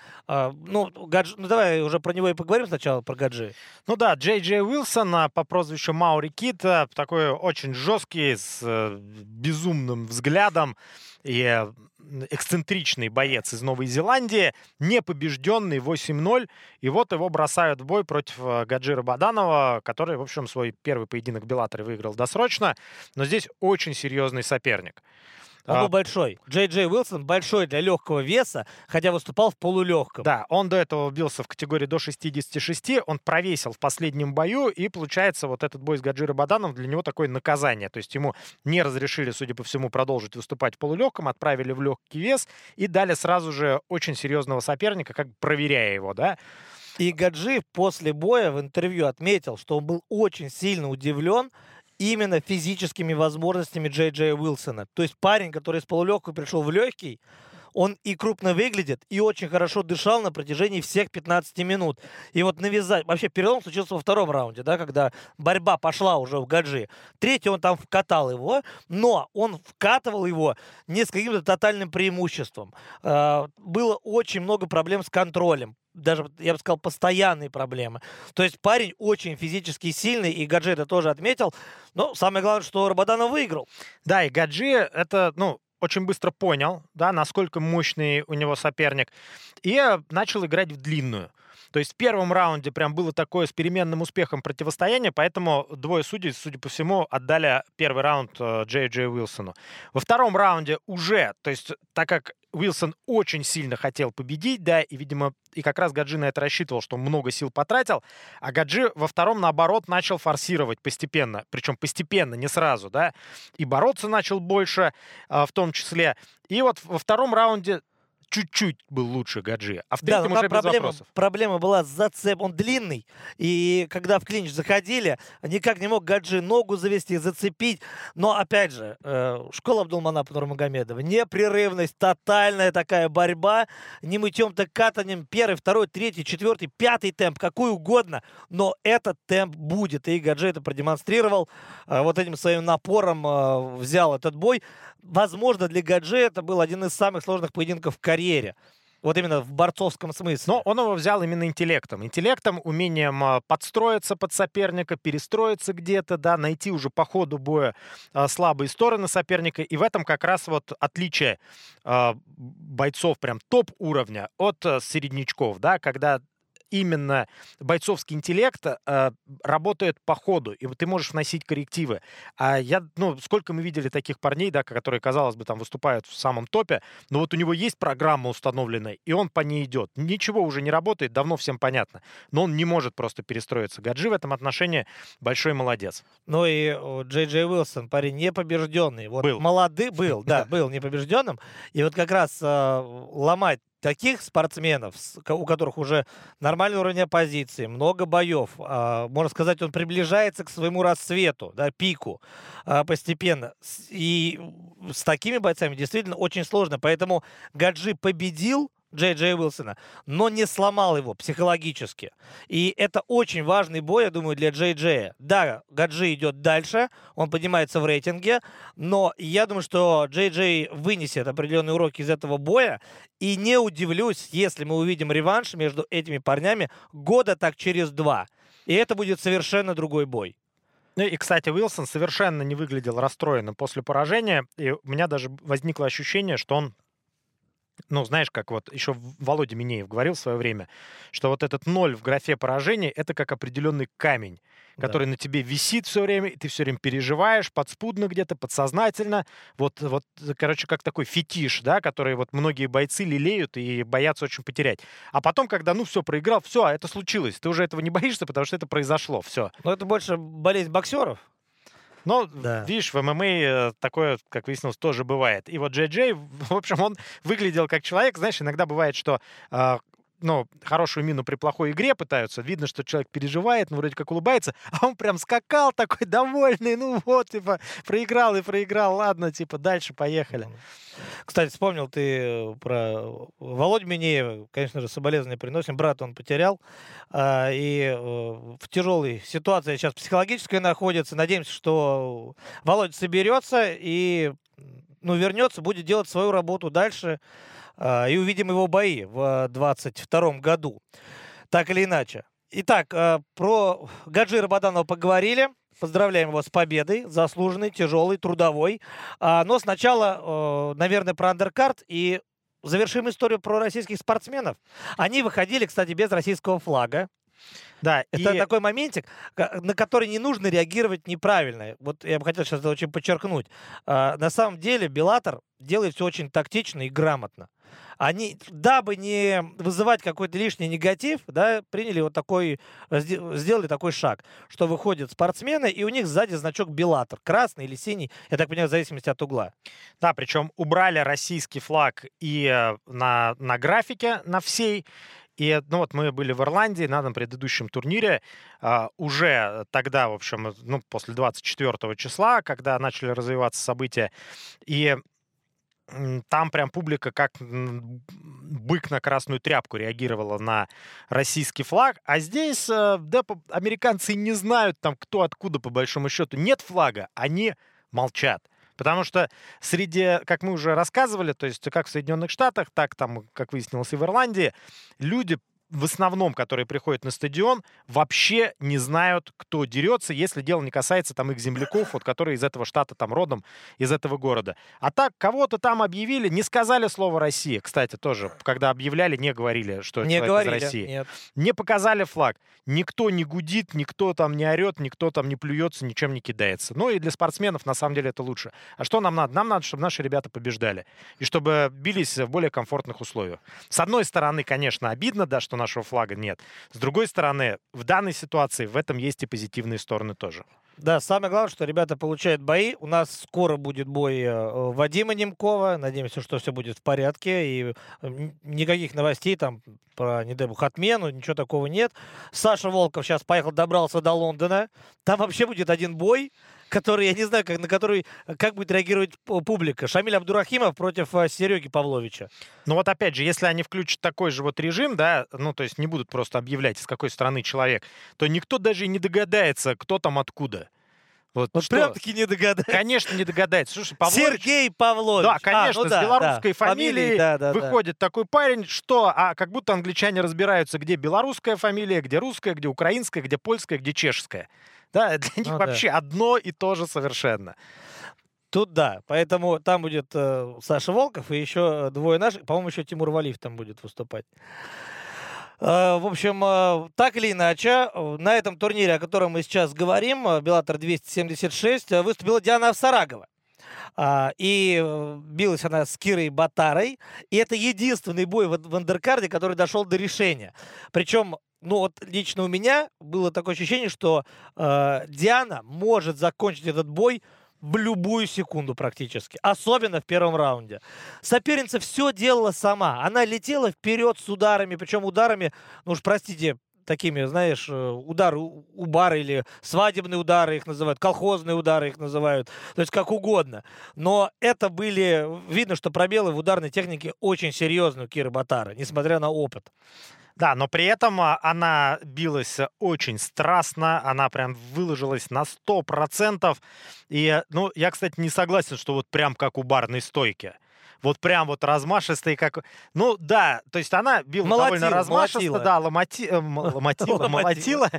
Давай уже про него и поговорим сначала, про Гаджи. Ну да, Джей Джей Уилсон по прозвищу Маури Кид, такой очень жесткий, с безумным взглядом и эксцентричный боец из Новой Зеландии, непобежденный 8-0, и вот его бросают в бой против Гаджи Рабаданова, который, в общем, свой первый поединок в Беллаторе выиграл досрочно, но здесь очень серьезный соперник. Он был большой. Джей Джей Уилсон большой для легкого веса, хотя выступал в полулегком. Да, он до этого бился в категории до 66, он провесил в последнем бою, и получается вот этот бой с Гаджи Рабаданом для него такое наказание. То есть ему не разрешили, судя по всему, продолжить выступать в полулегком, отправили в легкий вес и дали сразу же очень серьезного соперника, как бы проверяя его, да. И Гаджи после боя в интервью отметил, что он был очень сильно удивлен именно физическими возможностями Джей Джея Уилсона. То есть парень, который из полулегкого пришел в легкий, он и крупно выглядит, и очень хорошо дышал на протяжении всех 15 минут. И вот навязать... Вообще перелом случился во втором раунде, да, когда борьба пошла уже в Гаджи. Третий он там вкатал его, но он вкатывал его не с каким-то тотальным преимуществом. Было очень много проблем с контролем. Даже, я бы сказал, постоянные проблемы. То есть парень очень физически сильный, и Гаджи это тоже отметил. Но самое главное, что Рабаданов выиграл. Да, и Гаджи это, очень быстро понял, да, насколько мощный у него соперник, и начал играть в длинную. То есть в первом раунде прям было такое с переменным успехом противостояние, поэтому двое судей, судя по всему, отдали первый раунд Джей Джей Уилсону. Во втором раунде уже, то есть так как Уилсон очень сильно хотел победить, да, и, видимо, и как раз Гаджи на это рассчитывал, что он много сил потратил, а Гаджи во втором, наоборот, начал форсировать постепенно, причем постепенно, не сразу, да, и бороться начал больше в том числе. И вот во втором раунде чуть-чуть был лучше Гаджи, а в Да, третьем но уже там без вопросов. проблема была с зацепом. Он длинный, и когда в клинч заходили, никак не мог Гаджи ногу завести, зацепить. Но, опять же, школа Абдулманапа Нурмагомедова, непрерывность, тотальная такая борьба, не мытьем, так катанием, первый, второй, третий, четвертый, пятый темп, какой угодно, но этот темп будет, и Гаджи это продемонстрировал, вот этим своим напором взял этот бой. Возможно, для Гаджи это был один из самых сложных поединков в карьере. Вот именно в борцовском смысле. Но он его взял именно интеллектом. Интеллектом, умением подстроиться под соперника, перестроиться где-то, да, найти уже по ходу боя слабые стороны соперника. И в этом как раз вот отличие бойцов прям топ-уровня от середнячков, да, когда именно бойцовский интеллект работает по ходу, и ты можешь вносить коррективы. Сколько мы видели таких парней, да, которые, казалось бы, там выступают в самом топе, но вот у него есть программа установленная, и он по ней идет. Ничего уже не работает, давно всем понятно. Но он не может просто перестроиться. Гаджи в этом отношении большой молодец. Ну и Джей Джей Уилсон, парень непобежденный. Вот был. Был непобежденным. И вот как раз ломать таких спортсменов, у которых уже нормальный уровень оппозиции, много боев, можно сказать, он приближается к своему рассвету, да, пику постепенно. И с такими бойцами действительно очень сложно. Поэтому Гаджи победил Джей Джей Уилсона, но не сломал его психологически. И это очень важный бой, я думаю, для Джей Джея. Да, Гаджи идет дальше, он поднимается в рейтинге, но я думаю, что Джей Джей вынесет определенные уроки из этого боя, и не удивлюсь, если мы увидим реванш между этими парнями года так через 2. И это будет совершенно другой бой. Ну и, кстати, Уилсон совершенно не выглядел расстроенным после поражения, и у меня даже возникло ощущение, что он, знаешь, как вот еще Володя Минеев говорил в свое время, что вот этот 0 в графе поражений — это как определенный камень, который на тебе висит все время, и ты все время переживаешь, подспудно где-то, подсознательно. Вот, короче, как такой фетиш, да, который вот многие бойцы лелеют и боятся очень потерять. А потом, когда, все, проиграл, все, это случилось. Ты уже этого не боишься, потому что это произошло, все. Но это больше болезнь боксеров. Но, видишь, в ММА такое, как выяснилось, тоже бывает. И вот Джей Джей, в общем, он выглядел как человек. Знаешь, иногда бывает, что хорошую мину при плохой игре пытаются. Видно, что человек переживает, вроде как улыбается, а он прям скакал такой довольный. Проиграл и проиграл. Ладно, дальше поехали. Кстати, вспомнил ты про Володю Минеева. Конечно же, соболезнования приносим. Брата он потерял. И в тяжелой ситуации сейчас психологической находится. Надеемся, что Володя соберется и вернется, будет делать свою работу дальше. И увидим его бои в 2022 году. Так или иначе. Итак, про Гаджи Рабаданова поговорили. Поздравляем его с победой. Заслуженный, тяжелый, трудовой. Но сначала, наверное, про андеркарт. И завершим историю про российских спортсменов. Они выходили, кстати, без российского флага. Да, это такой моментик, на который не нужно реагировать неправильно. Вот я бы хотел сейчас это очень подчеркнуть. На самом деле Беллатор делает все очень тактично и грамотно. Они, дабы не вызывать какой-то лишний негатив, да, сделали такой шаг, что выходят спортсмены, и у них сзади значок Беллатор, красный или синий, я так понимаю, в зависимости от угла. Да, причем убрали российский флаг и на графике, на всей. И мы были в Ирландии на предыдущем турнире, уже тогда, в общем, после 24 числа, когда начали развиваться события, и там прям публика как бык на красную тряпку реагировала на российский флаг. А здесь, американцы не знают там кто откуда, по большому счету. Нет флага, они молчат. Потому что среди, как мы уже рассказывали, то есть как в Соединенных Штатах, так там, как выяснилось, и в Ирландии, люди в основном, которые приходят на стадион, вообще не знают, кто дерется, если дело не касается там их земляков, которые из этого штата там родом, из этого города. А так, кого-то там объявили, не сказали слово «Россия». Кстати, тоже, когда объявляли, не говорили, что человек из России. Нет. Не показали флаг. Никто не гудит, никто там не орет, никто там не плюется, ничем не кидается. И для спортсменов, на самом деле, это лучше. А что нам надо? Нам надо, чтобы наши ребята побеждали. И чтобы бились в более комфортных условиях. С одной стороны, конечно, обидно, да, что нашего флага нет. С другой стороны, в данной ситуации в этом есть и позитивные стороны тоже. Да, самое главное, что ребята получают бои. У нас скоро будет бой Вадима Немкова. Надеемся, что все будет в порядке. И никаких новостей там про, не дай бог, отмену, ничего такого нет. Саша Волков сейчас поехал, добрался до Лондона. Там вообще будет один бой, который, я не знаю, на который как будет реагировать публика. Шамиль Абдурахимов против Сереги Павловича. Ну вот опять же, если они включат такой же вот режим, да, ну то есть не будут просто объявлять, из какой страны человек, то никто даже и не догадается, кто там откуда. Вот прям-таки не догадается. Конечно, не догадается. Слушай, Павлович... Сергей Павлович. Да, конечно, с белорусской фамилией выходит такой парень, что как будто англичане разбираются, где белорусская фамилия, где русская, где украинская, где польская, где чешская. Да, для них вообще одно и то же совершенно. Тут да, поэтому там будет Саша Волков и еще двое наших, по-моему, еще Тимур Валиев там будет выступать. В общем, так или иначе, на этом турнире, о котором мы сейчас говорим, Bellator 276, выступила Диана Овсарагова. И билась она с Кирой Ботарой. И это единственный бой в андеркарде, который дошел до решения. Причем, ну вот лично у меня было такое ощущение, что Диана может закончить этот бой в любую секунду практически. Особенно в первом раунде. Соперница все делала сама. Она летела вперед с ударами. Причем ударами, ну уж простите, такими, знаешь, удары у бара или свадебные удары их называют, колхозные удары их называют. То есть как угодно. Но это были... Видно, что пробелы в ударной технике очень серьезные у Киры Ботары, несмотря на опыт. Да, но при этом она билась очень страстно, она прям выложилась на 100%. И, ну, я, кстати, не согласен, что вот прям как у барной стойки. Вот прям вот размашистый, как... Ну, да, то есть она била довольно размашисто, да, молотила,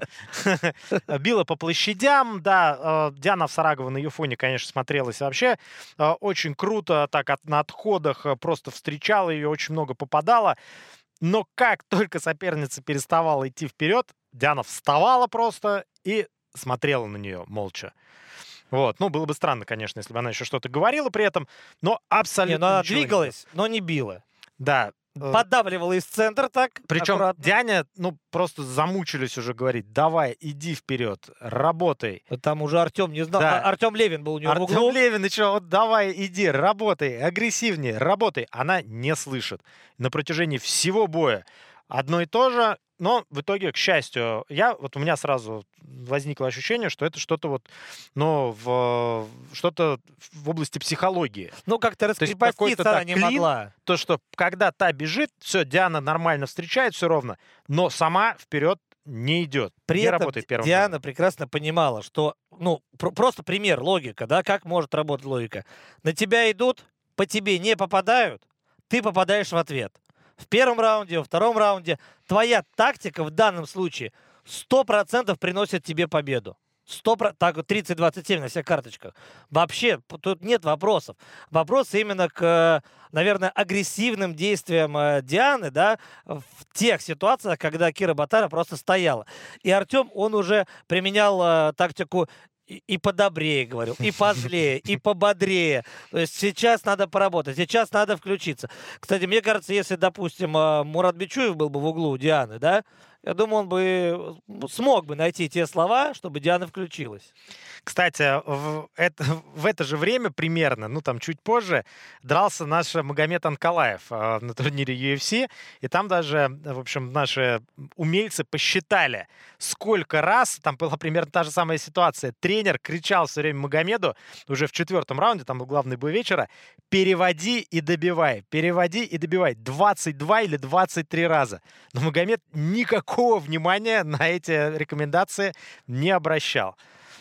била по площадям, да. Диана Овсарагова на ее фоне, конечно, смотрелась вообще очень круто, так на отходах просто встречала ее, очень много попадала. Но как только соперница переставала идти вперед, Диана вставала просто и смотрела на нее молча. Вот. Ну, было бы странно, конечно, если бы она еще что-то говорила при этом, но абсолютно она двигалась, но не била. Да. Поддавливала из центра так. Причем аккуратно. Диане, ну, просто замучились уже говорить: давай, иди вперед, работай. Там уже Артем не знал. Да. Артем Левин был у него в углу. Артем Левин, и что, вот давай, иди, работай, агрессивнее, работай. Она не слышит. На протяжении всего боя одно и то же, но в итоге, к счастью, у меня сразу возникло ощущение, что это что-то вот, ну, что-то в области психологии. Ну, как-то раскрепоститься она не могла. То, что когда та бежит, все, Диана нормально встречает, все ровно, но сама вперед не идет. При не этом работает первым. Диана прекрасно понимала, что, ну, просто пример, логика, да, как может работать логика. На тебя идут, по тебе не попадают, ты попадаешь в ответ. В первом раунде, во втором раунде твоя тактика в данном случае 100% приносит тебе победу. 100%, так, 30-27 на всех карточках. Вообще, тут нет вопросов. Вопросы именно к, наверное, агрессивным действиям Дианы, да, в тех ситуациях, когда Кира Ботара просто стояла. И Артем, он уже применял тактику и подобрее, говорил, и позлее, и пободрее. То есть сейчас надо поработать, сейчас надо включиться. Кстати, мне кажется, если, допустим, Мурат Бичуев был бы в углу Дианы, да, я думаю, он бы смог бы найти те слова, чтобы Диана включилась. Кстати, в это же время примерно, ну там чуть позже, дрался наш Магомед Анкалаев на турнире UFC. И там даже, в общем, наши умельцы посчитали, сколько раз, там была примерно та же самая ситуация. Тренер кричал все время Магомеду, уже в 4-м раунде, там был главный бой вечера: переводи и добивай, переводи и добивай. 22 или 23 раза. Но Магомед никакого внимания на эти рекомендации не обращал.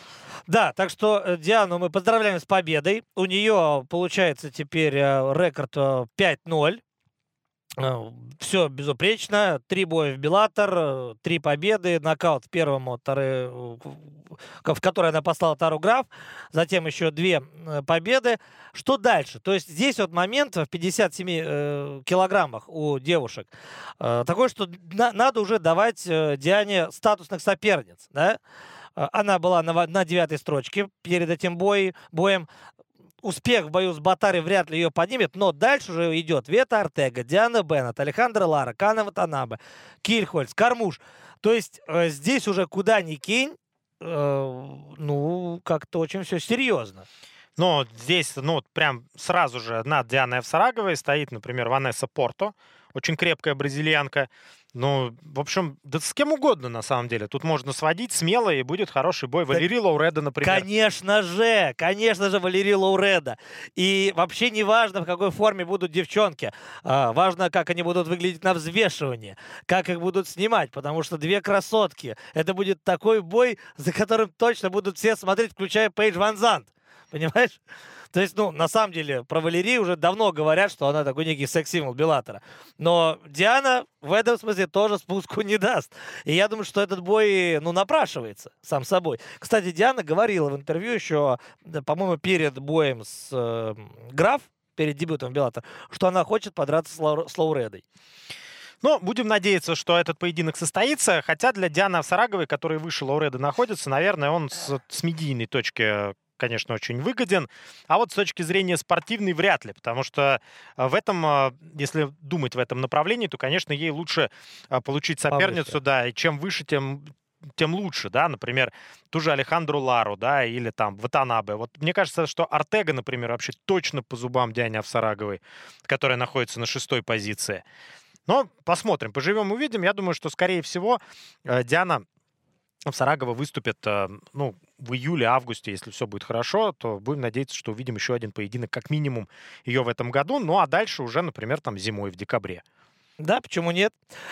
Да, так что Диану мы поздравляем с победой. У нее получается теперь рекорд 5-0. Все безупречно. 3 боя в Bellator, 3 победы, нокаут в первом, в который она послала Тару Граф. Затем еще 2 победы. Что дальше? То есть здесь вот момент в 57 килограммах у девушек. Такой, что надо уже давать Диане статусных соперниц. Да? Она была на 9-й строчке перед этим боем. Успех в бою с Ботарой вряд ли ее поднимет, но дальше уже идет Вета Артега, Диана Беннет, Алехандро Лара, Кана Ватанабе, Кильхольц, Кармуш. То есть здесь уже куда ни кинь, Ну, как-то очень все серьезно. Но здесь, ну, вот прям сразу же над Дианой Овсараговой стоит, например, Ванесса Порто, очень крепкая бразильянка. Ну, в общем, да с кем угодно, на самом деле. Тут можно сводить смело, и будет хороший бой. Валерий Лоуреда, например. Конечно же, Валерий Лоуреда. И вообще не важно, в какой форме будут девчонки. Важно, как они будут выглядеть на взвешивании, как их будут снимать, потому что две красотки. Это будет такой бой, за которым точно будут все смотреть, включая Пейдж Ван Зант. Понимаешь? То есть, ну, на самом деле, про Валерию уже давно говорят, что она такой некий секс-символ Беллатора. Но Диана в этом смысле тоже спуску не даст. И я думаю, что этот бой, ну, напрашивается сам собой. Кстати, Диана говорила в интервью еще, по-моему, перед боем с Граф, перед дебютом Беллатора, что она хочет подраться с Лоуредой. Но будем надеяться, что этот поединок состоится. Хотя для Дианы Овсараговой, который выше Лоуреда находится, наверное, он с медийной точки, конечно, очень выгоден. А вот с точки зрения спортивной вряд ли, потому что в этом, если думать в этом направлении, то, конечно, ей лучше получить соперницу, да, и чем выше, тем лучше, да, например, ту же Алехандру Лару, да, или там Ватанабе. Вот мне кажется, что Ортега, например, вообще точно по зубам Диане Овсараговой, которая находится на 6-й позиции. Но посмотрим, поживем, увидим. Я думаю, что, скорее всего, Диана Овсарагова выступит, ну, в июле-августе, если все будет хорошо, то будем надеяться, что увидим еще один поединок, как минимум, ее в этом году. Ну, а дальше уже, например, там зимой, в декабре. Да, почему нет?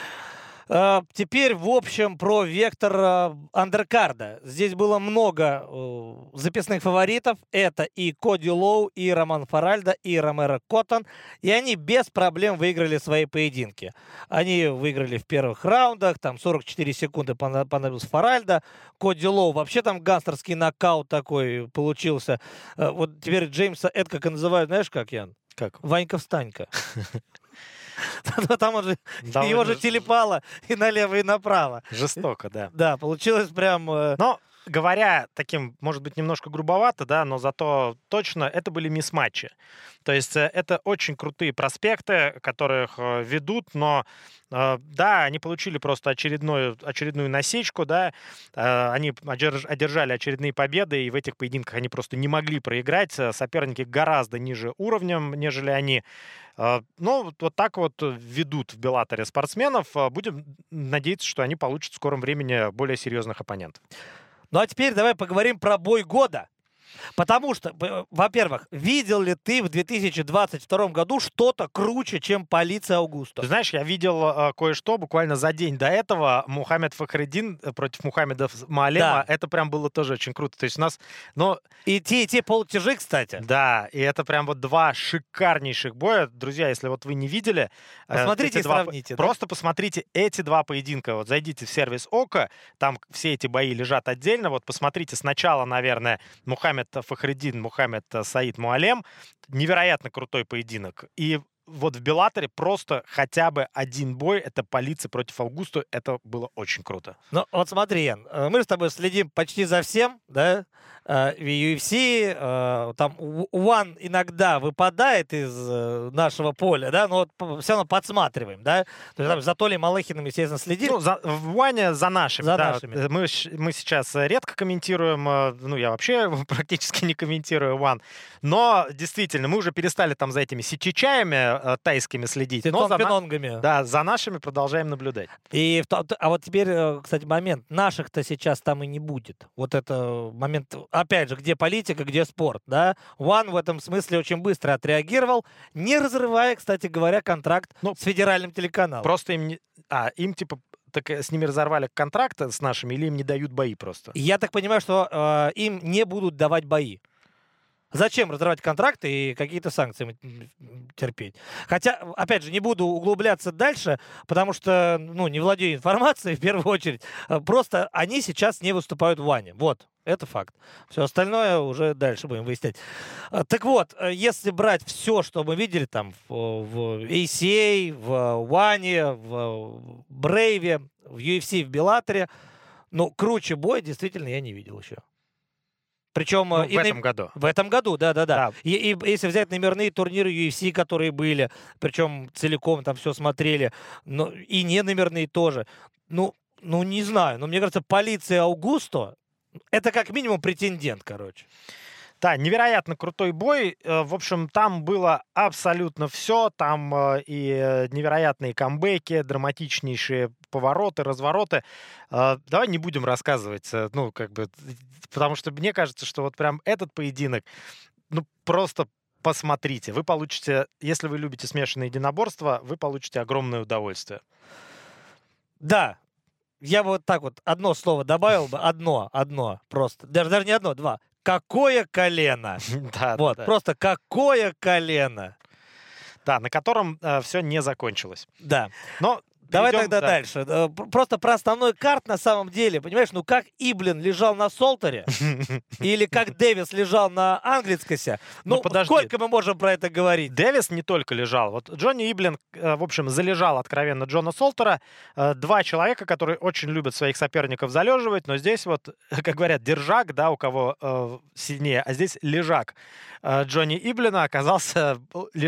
Теперь, в общем, про вектор андеркарда. Здесь было много записных фаворитов. Это и Коди Лоу, и Роман Фаральдо, и Ромеро Коттон. И они без проблем выиграли свои поединки. Они выиграли в первых раундах. Там 44 секунды понадобилось Фаральдо. Коди Лоу вообще там гангстерский нокаут такой получился. Вот теперь Джеймса Эдкока называют, знаешь, как, Ян? Как? Ванька-встанька. Там его же телепало и налево, и направо. Жестоко, да. Да, получилось прям... Но, говоря таким, может быть, немножко грубовато, да, но зато точно это были мисс-матчи. То есть это очень крутые проспекты, которых ведут, но да, они получили просто очередную насечку, да, они одержали очередные победы, и в этих поединках они просто не могли проиграть. Соперники гораздо ниже уровнем, нежели они. Ну, вот так вот ведут в Беллаторе спортсменов. Будем надеяться, что они получат в скором времени более серьезных оппонентов. Ну, а теперь давай поговорим про бой года. Потому что, во-первых, видел ли ты в 2022 году что-то круче, чем полиция Аугусто? Ты знаешь, я видел кое-что буквально за день до этого. Мухаммед Фахриддин против Мухаммеда Маалема. Да. Это прям было тоже очень круто. То есть у нас... И те полутяжи, кстати. Да, и это прям вот два шикарнейших боя. Друзья, если вот вы не видели... Посмотрите и сравните. Просто посмотрите эти два поединка. Вот зайдите в сервис ОКО, там все эти бои лежат отдельно. Вот посмотрите сначала, наверное, Мухаммед Фахриддин, Мухаммед Саид Муалем. Невероятно крутой поединок. И вот в Беллаторе просто хотя бы один бой, это полиция против Аугусто, это было очень круто. Ну, вот смотри, Ян, мы с тобой следим почти за всем, да, в UFC, там One иногда выпадает из нашего поля, да, но вот все равно подсматриваем, да, то есть там за Толей Малыхиным, естественно, следим. Ну, в One за нашими, за да. нашими. Мы сейчас редко комментируем, ну, я вообще практически не комментирую One, но действительно, мы уже перестали там за этими сичичаями тайскими следить. Но за нашими продолжаем наблюдать. А вот теперь, кстати, момент. Наших-то сейчас там и не будет. Вот это момент, опять же, где политика, где спорт, да? One в этом смысле очень быстро отреагировал, не разрывая, кстати говоря, контракт с федеральным телеканалом. Просто им типа... Так с ними разорвали контракт с нашими или им не дают бои просто? Я так понимаю, что им не будут давать бои. Зачем разрывать контракты и какие-то санкции терпеть? Хотя, опять же, не буду углубляться дальше, потому что, ну, не владею информацией в первую очередь. Просто они сейчас не выступают в One. Вот, это факт. Все остальное уже дальше будем выяснять. Так вот, если брать все, что мы видели там в ACA, в One, в Брейве, в UFC, в Беллаторе, ну, круче бой действительно я не видел еще. Причем в этом году. В этом году, да. И если взять номерные турниры UFC, которые были, причем целиком там все смотрели, но и не номерные тоже. Ну, не знаю. Но мне кажется, полиция Аугусто, Это как минимум претендент, короче. Да, невероятно крутой бой. В общем, там было абсолютно все. Там и невероятные камбэки, драматичнейшие повороты, развороты. Давай не будем рассказывать, ну, как бы, потому что мне кажется, что вот прям этот поединок, ну, просто посмотрите. Вы получите, если вы любите смешанные единоборства, вы получите огромное удовольствие. Да, я бы вот так вот одно слово добавил бы, одно просто. Даже не одно, два. Какое колено! Да, Вот, да. просто какое колено! Да, на котором все не закончилось. Да. Но Давай перейдем, тогда да. дальше. Просто про основной карт на самом деле. Понимаешь, ну как Иблин лежал на Солтере, или как Дэвис лежал на Англицкасе. Ну, подожди. сколько мы можем про это говорить? Дэвис не только лежал. Вот Джонни Иблин, в общем, залежал откровенно Джона Солтера. Два человека, которые очень любят своих соперников залеживать, но здесь вот, как говорят, держак, да, у кого сильнее, а здесь лежак. Джонни Иблина оказался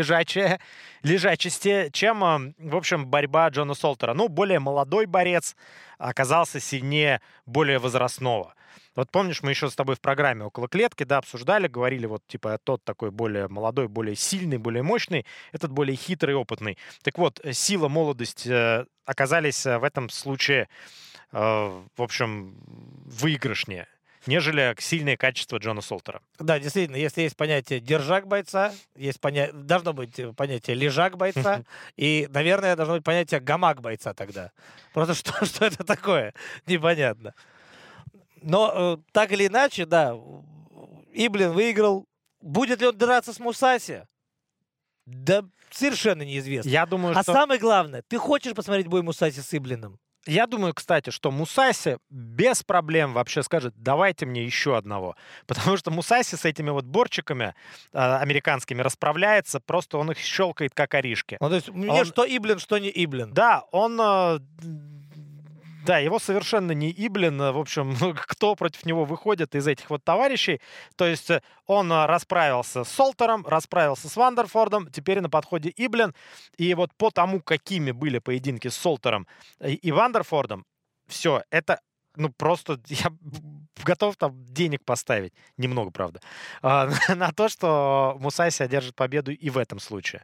лежачестее, чем, в общем, борьба Джона Солтера. Ну, более молодой борец оказался сильнее более возрастного. Вот помнишь, мы еще с тобой в программе «Около клетки», да, обсуждали, говорили, вот, типа, тот такой более молодой, более сильный, более мощный, этот более хитрый, опытный. Так вот, сила, молодость оказались в этом случае, в общем, выигрышнее, нежели сильные качества Джона Солтера. Да, действительно, если есть понятие держак бойца, есть должно быть понятие лежак бойца, и, наверное, должно быть понятие гамак бойца тогда. Просто что это такое? Непонятно. Но так или иначе, да, Иблин выиграл. Будет ли он драться с Мусаси? Да совершенно неизвестно. Я думаю, А что... самое главное, ты хочешь посмотреть бой Мусаси с Иблиным? Я думаю, кстати, что Мусаси без проблем вообще скажет: давайте мне еще одного. Потому что Мусаси с этими вот борчиками американскими расправляется, просто он их щелкает как оришки. Ну, то есть мне что Иблин, что не Иблин. Да, он... Да, его совершенно не Иблин. В общем, кто против него выходит из этих вот товарищей. То есть он расправился с Солтером, расправился с Вандерфордом, теперь на подходе Иблин. И вот по тому, какими были поединки с Солтером и Вандерфордом, все, это, ну, просто я готов там денег поставить, немного, правда, на то, что Мусаси одержит победу и в этом случае.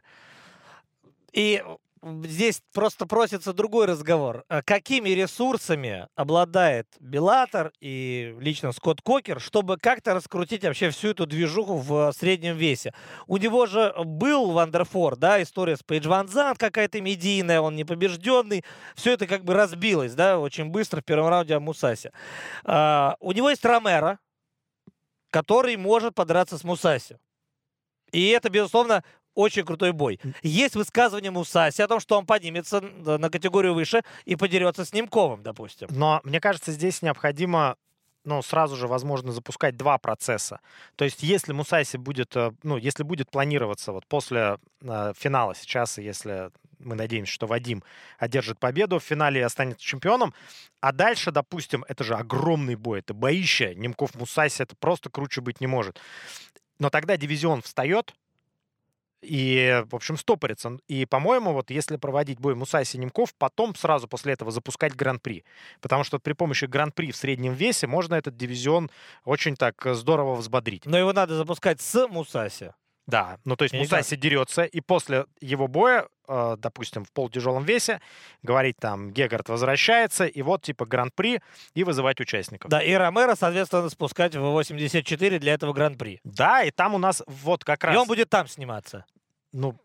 И здесь просто просится другой разговор. Какими ресурсами обладает Беллатор и лично Скотт Кокер, чтобы как-то раскрутить вообще всю эту движуху в среднем весе? У него же был Вандерфорд, да, история с Пейдж Ван Зант какая-то медийная, он непобежденный. Все это как бы разбилось, да, очень быстро в первом раунде о Мусаси. У него есть Ромеро, который может подраться с Мусаси. И это, безусловно, очень крутой бой. Есть высказывание Мусаси о том, что он поднимется на категорию выше и подерется с Немковым, допустим. Но мне кажется, здесь необходимо, ну, сразу же, возможно, запускать два процесса. То есть, если Мусаси будет, ну, если будет планироваться вот после финала сейчас, если мы надеемся, что Вадим одержит победу в финале и останется чемпионом, а дальше, допустим, это же огромный бой, это боище, Немков-Мусаси, это просто круче быть не может. Но тогда дивизион встает, и, в общем, стопорится. И, по-моему, вот если проводить бой Мусаси-Немков, потом сразу после этого запускать Гран-при. Потому что при помощи Гран-при в среднем весе можно этот дивизион очень так здорово взбодрить. Но его надо запускать с Мусаси. Да, ну то есть Мусаси дерется, и после его боя, допустим, в полутяжелом весе, говорить там, Гегард возвращается, и вот типа Гран-при, и вызывать участников. Да, и Ромеро, соответственно, спускать в 84 для этого Гран-при. Да, и там у нас вот как раз... И он будет там сниматься. Ну,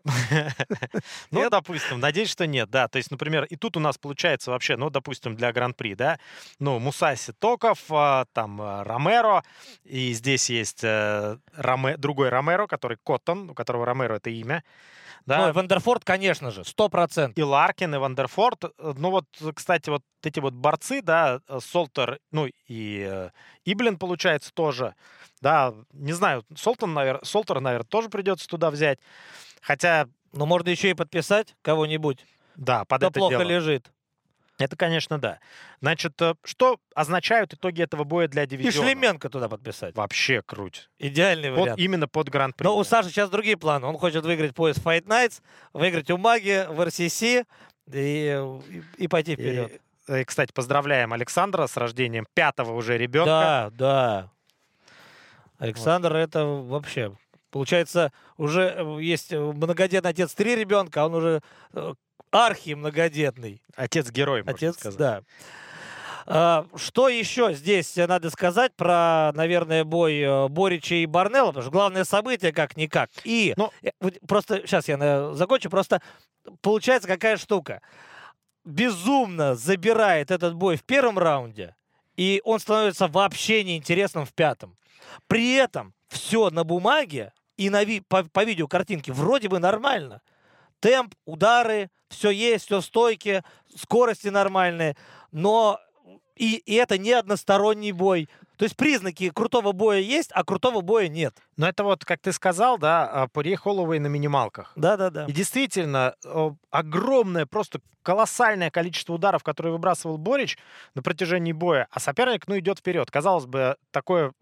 допустим, надеюсь, что нет, да. То есть, например, и тут у нас получается вообще, ну, допустим, для Гран-при, да, ну, Мусаси, Токов, там, Ромеро, и здесь есть другой Ромеро, который Коттон, у которого Ромеро — это имя. Да. Ну, и Вандерфорд, конечно же, 100%. И Ларкин, и Вандерфорд. Ну, вот, кстати, вот эти вот борцы, да, Солтер, ну, и Иблин, получается, тоже, да, не знаю, Солтер, наверное, тоже придется туда взять. Хотя... Но можно еще и подписать кого-нибудь, да, под кто это плохо дело лежит. Это, конечно, да. Значит, что означают итоги этого боя для И дивизиона? Шлеменко туда подписать. Вообще круть. Идеальный Вот вариант. именно под Гран-при. Но у Саши сейчас другие планы. Он хочет выиграть пояс Fight Nights, выиграть у Маги в РСС и пойти вперед. кстати, поздравляем Александра с рождением 5-го уже ребенка. Да, да. Александр, это вообще... Получается, уже есть многодетный отец 3 ребенка, а он уже архи-многодетный. Отец-герой, можно сказать. Да. Что еще здесь надо сказать про, наверное, бой Борича и Барнелла, потому что главное событие как-никак. И просто, сейчас я закончу, просто получается какая штука. Безумно забирает этот бой в первом раунде, и он становится вообще неинтересным в 5-м. При этом все на бумаге и по видеокартинке вроде бы нормально. Темп, удары, все есть, все в стойке, скорости нормальные, но и это не односторонний бой. То есть признаки крутого боя есть, а крутого боя нет. Но это вот, как ты сказал, да, Порье Холлоуэй на минималках. Да. И действительно, огромное, просто колоссальное количество ударов, которые выбрасывал Борич на протяжении боя, а соперник, идет вперед. Казалось бы, такое,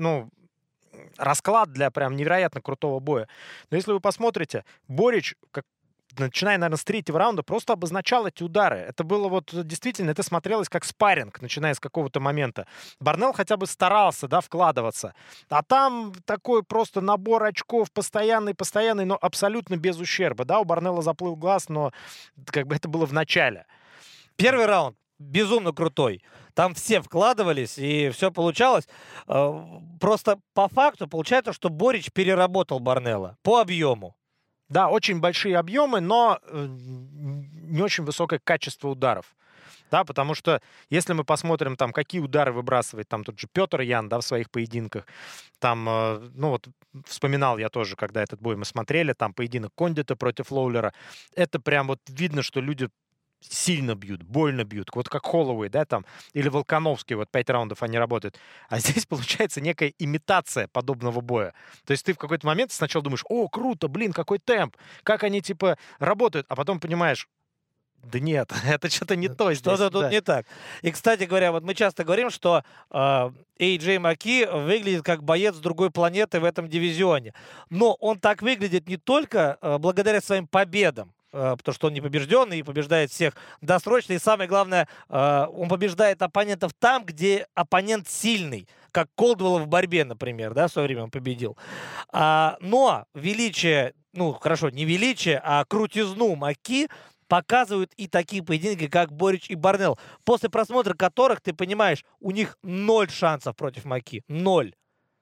расклад для прям невероятно крутого боя. Но если вы посмотрите, Борич, начиная, наверное, с 3-го раунда, просто обозначал эти удары. Это было действительно, это смотрелось как спарринг, начиная с какого-то момента. Барнелл хотя бы старался, вкладываться. А там такой просто набор очков постоянный, но абсолютно без ущерба. Да, у Барнелла заплыл глаз, но это было в начале. Первый раунд безумно крутой. Там все вкладывались, и все получалось. Просто по факту получается, что Борич переработал Барнелла по объему. Да, очень большие объемы, но не очень высокое качество ударов. Да, потому что если мы посмотрим, какие удары выбрасывает тот же Петр Ян, в своих поединках, вспоминал я тоже, когда этот бой мы смотрели, поединок Кондита против Лоулера, это прям видно, что люди сильно бьют, больно бьют. Вот как Холлоуэй, или Волконовский, 5 раундов они работают. А здесь получается некая имитация подобного боя. То есть ты в какой-то момент сначала думаешь, о, круто, какой темп, как они, работают, а потом понимаешь, да нет, это что-то не то здесь. Что-то тут не так. И, кстати говоря, мы часто говорим, что Эй-Джей Маки выглядит как боец с другой планеты в этом дивизионе. Но он так выглядит не только благодаря своим победам, потому что он непобежденный и побеждает всех досрочно. И самое главное, он побеждает оппонентов там, где оппонент сильный, как Колдуэлл в борьбе, например, в свое время он победил. Но величие, не величие, а крутизну Маки показывают и такие поединки, как Борич и Барнелл, после просмотра которых, ты понимаешь, у них 0 шансов против Маки. 0.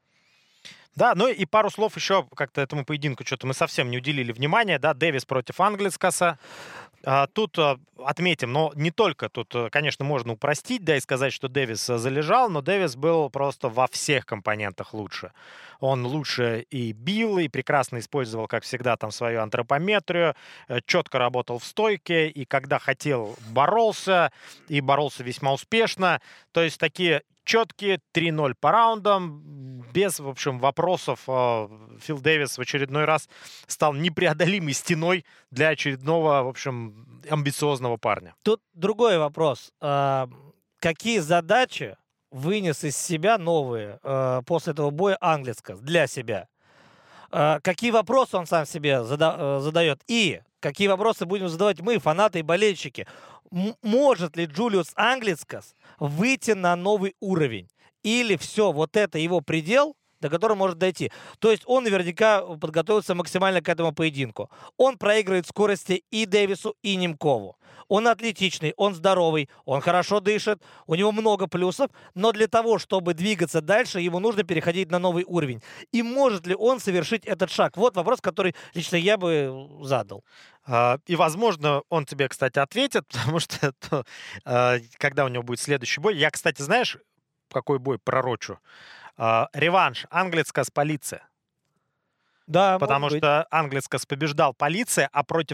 Да, и пару слов еще как-то этому поединку что-то мы совсем не уделили внимания, Дэвис против Англицкаса. Тут отметим, но не только, тут, конечно, можно упростить, и сказать, что Дэвис залежал, но Дэвис был просто во всех компонентах лучше. Он лучше и бил, и прекрасно использовал, как всегда, свою антропометрию, четко работал в стойке, и когда хотел, боролся, и боролся весьма успешно. То есть такие четкие 3-0 по раундам, без, в общем, вопросов. Фил Дэвис в очередной раз стал непреодолимой стеной для очередного, в общем, амбициозного парня. Тут другой вопрос. Какие задачи вынес из себя новые после этого боя Англицкас для себя? Какие вопросы он сам себе задает? И какие вопросы будем задавать мы, фанаты и болельщики? Может ли Джулиус Англицкас выйти на новый уровень? Или все, это его предел, до которого может дойти? То есть он наверняка подготовится максимально к этому поединку. Он проигрывает скорости и Дэвису, и Немкову. Он атлетичный, он здоровый, он хорошо дышит, у него много плюсов, но для того, чтобы двигаться дальше, ему нужно переходить на новый уровень. И может ли он совершить этот шаг? Вот вопрос, который лично я бы задал. И, возможно, он тебе, кстати, ответит, потому что когда у него будет следующий бой... Я, кстати, знаешь, какой бой пророчу? Реванш Англицкас Полиция. Да, потому что Англицкас побеждал Полиция, а против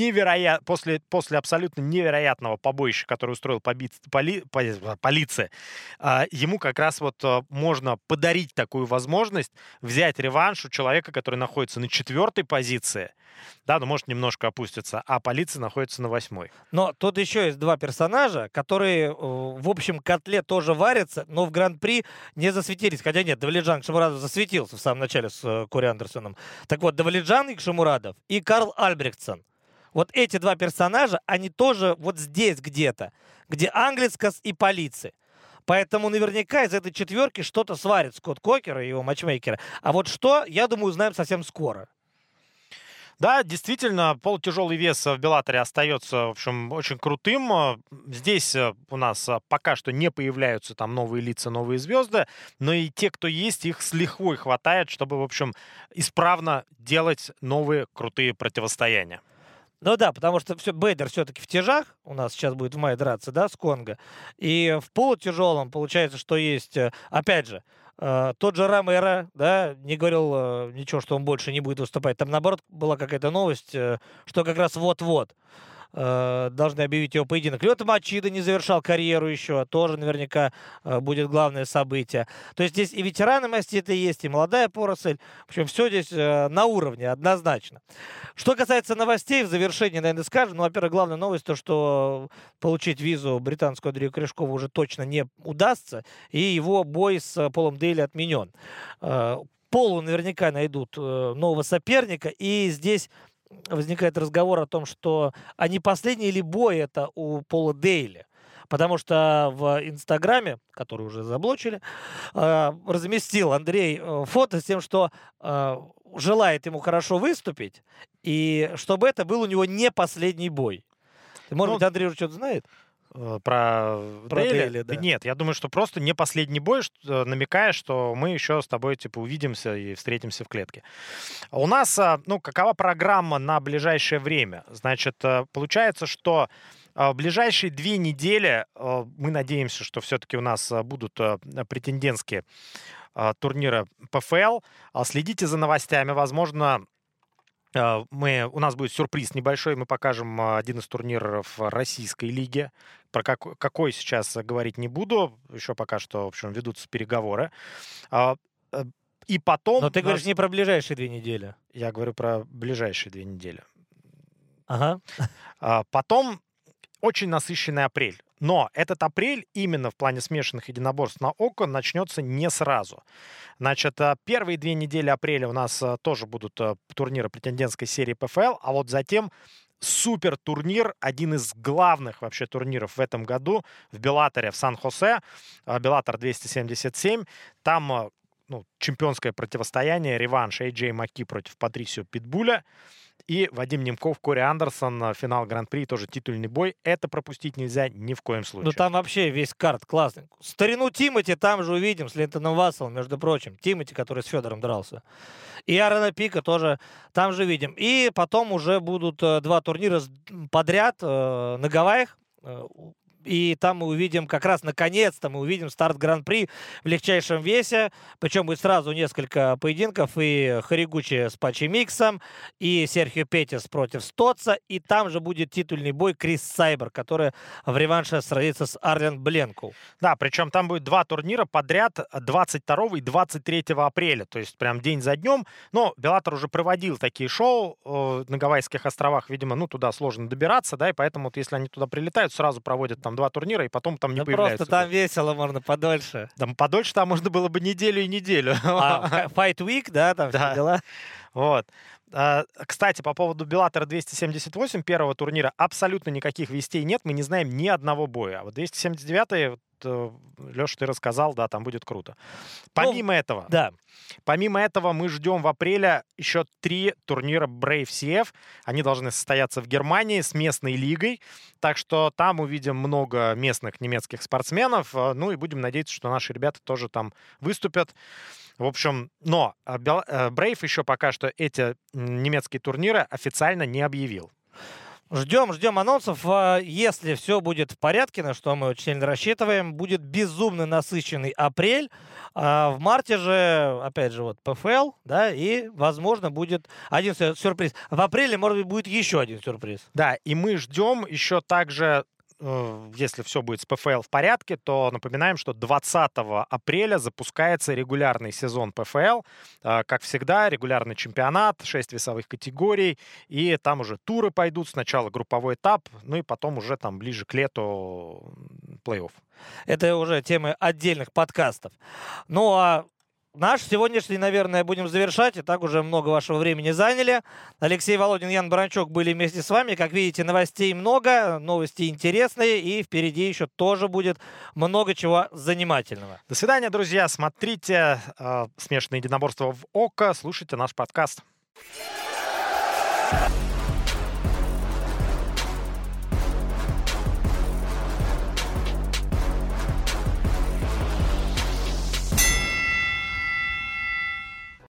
после абсолютно невероятного побоища, которое устроил Полиция, ему как раз можно подарить такую возможность взять реванш у человека, который находится на 4-й позиции, может немножко опуститься, а Полиция находится на 8-й. Но тут еще есть 2 персонажа, которые в общем котле тоже варятся, но в Гран-при не засветились. Хотя нет, Давлетжан Шамурадов засветился в самом начале с Кори Андерсоном. Так вот, Давлетжан Шамурадов и Карл Альбрехтсон. Вот эти два персонажа, они тоже вот здесь где-то, где Англискас и Полиция. Поэтому наверняка из этой четверки что-то сварит Скотт Кокер и его матчмейкеры. А вот что, я думаю, узнаем совсем скоро. Да, действительно, полутяжелый вес в Беллаторе остается, в общем, очень крутым. Здесь у нас пока что не появляются там новые лица, новые звезды, но и те, кто есть, их с лихвой хватает, чтобы, в общем, исправно делать новые крутые противостояния. Ну да, потому что Бейдер все-таки в тяжах, у нас сейчас будет в мае драться, да, с Конго. И в полутяжелом получается, что есть, опять же, тот же Ромеро, да, не говорил ничего, что он больше не будет выступать. Там, наоборот, была какая-то новость, что как раз вот-вот должны объявить его поединок. Лёта Мачидо не завершал карьеру еще, тоже наверняка будет главное событие. То есть здесь и ветераны маститы есть, и молодая поросль. В общем, все здесь на уровне, однозначно. Что касается новостей, в завершении, наверное, скажем. Ну, во-первых, главная новость, то, что получить визу британскую Андрею Корешкову уже точно не удастся, и его бой с Полом Дейли отменен. Полу наверняка найдут нового соперника, и здесь возникает разговор о том, что а не последний ли бой это у Пола Дейли. Потому что в Инстаграме, который уже заблочили, разместил Андрей фото с тем, что желает ему хорошо выступить, и чтобы это был у него не последний бой. Может быть, Андрей уже что-то знает? Про Дейли, да. Нет, я думаю, что просто не последний бой, намекая, что мы еще с тобой типа увидимся и встретимся в клетке. У нас, какова программа на ближайшее время? Значит, получается, что в ближайшие 2 недели мы надеемся, что все-таки у нас будут претендентские турниры ПФЛ. Следите за новостями, возможно, у нас будет сюрприз небольшой, мы покажем один из турниров российской лиги. Про какой сейчас говорить не буду, еще пока что, в общем, ведутся переговоры. И потом... Но ты говоришь не про ближайшие 2 недели. Я говорю про ближайшие 2 недели. Ага. Потом очень насыщенный апрель. Но этот апрель именно в плане смешанных единоборств на ОКО начнется не сразу. Значит, первые 2 недели апреля у нас тоже будут турниры претендентской серии ПФЛ, а вот затем супер турнир, один из главных вообще турниров в этом году в Беллаторе в Сан-Хосе, Беллатор 277. Там чемпионское противостояние, реванш AJ Маки против Патрисио Питбуля. И Вадим Немков, Кори Андерсон, финал Гран-при, тоже титульный бой. Это пропустить нельзя ни в коем случае. Ну там вообще весь карт классный. Старину Тимати там же увидим с Линтоном Васселом, между прочим. Тимати, который с Федором дрался. И Аарона Пика тоже там же видим. И потом уже будут 2 турнира подряд на Гавайях. И там мы увидим, как раз наконец-то мы увидим старт Гран-при в легчайшем весе. Причем будет сразу несколько поединков. И Хоригучи с Пачи Миксом, и Серхио Петис против Стоца. И там же будет титульный бой Крис Сайбер, который в реванше сразится с Арлен Бленку. Да, причем там будет 2 турнира подряд 22 и 23 апреля. То есть прям день за днем. Но Беллатор уже проводил такие шоу на Гавайских островах. Видимо, туда сложно добираться, да, и поэтому вот, если они туда прилетают, сразу проводят там 2 турнира, и потом там не появляются. Просто там весело, можно подольше. Там подольше там можно было бы неделю и неделю. Fight Week, да, там все дела. Вот. Кстати, по поводу Беллатора 278, первого турнира, абсолютно никаких вестей нет. Мы не знаем ни одного боя. А вот 279-й, Леша, ты рассказал, да, там будет круто. Помимо этого, мы ждем в апреле еще 3 турнира Brave CF. Они должны состояться в Германии с местной лигой. Так что там увидим много местных немецких спортсменов. Ну и будем надеяться, что наши ребята тоже там выступят. В общем, но Brave еще пока что эти немецкие турниры официально не объявил. Ждем анонсов. Если все будет в порядке, на что мы очень сильно рассчитываем, будет безумно насыщенный апрель. В марте же, опять же, вот ПФЛ, да, и, возможно, будет один сюрприз. В апреле, может быть, будет еще один сюрприз. Да, и мы ждем еще также, если все будет с ПФЛ в порядке, то напоминаем, что 20 апреля запускается регулярный сезон ПФЛ. Как всегда, регулярный чемпионат, 6 весовых категорий, и там уже туры пойдут. Сначала групповой этап, ну и потом уже там ближе к лету плей-офф. Это уже темы отдельных подкастов. Ну а наш сегодняшний, наверное, будем завершать. И так уже много вашего времени заняли. Алексей Володин, Ян Баранчук были вместе с вами. Как видите, новостей много, новости интересные. И впереди еще тоже будет много чего занимательного. До свидания, друзья. Смотрите «Смешанные единоборства» в ОКО. Слушайте наш подкаст.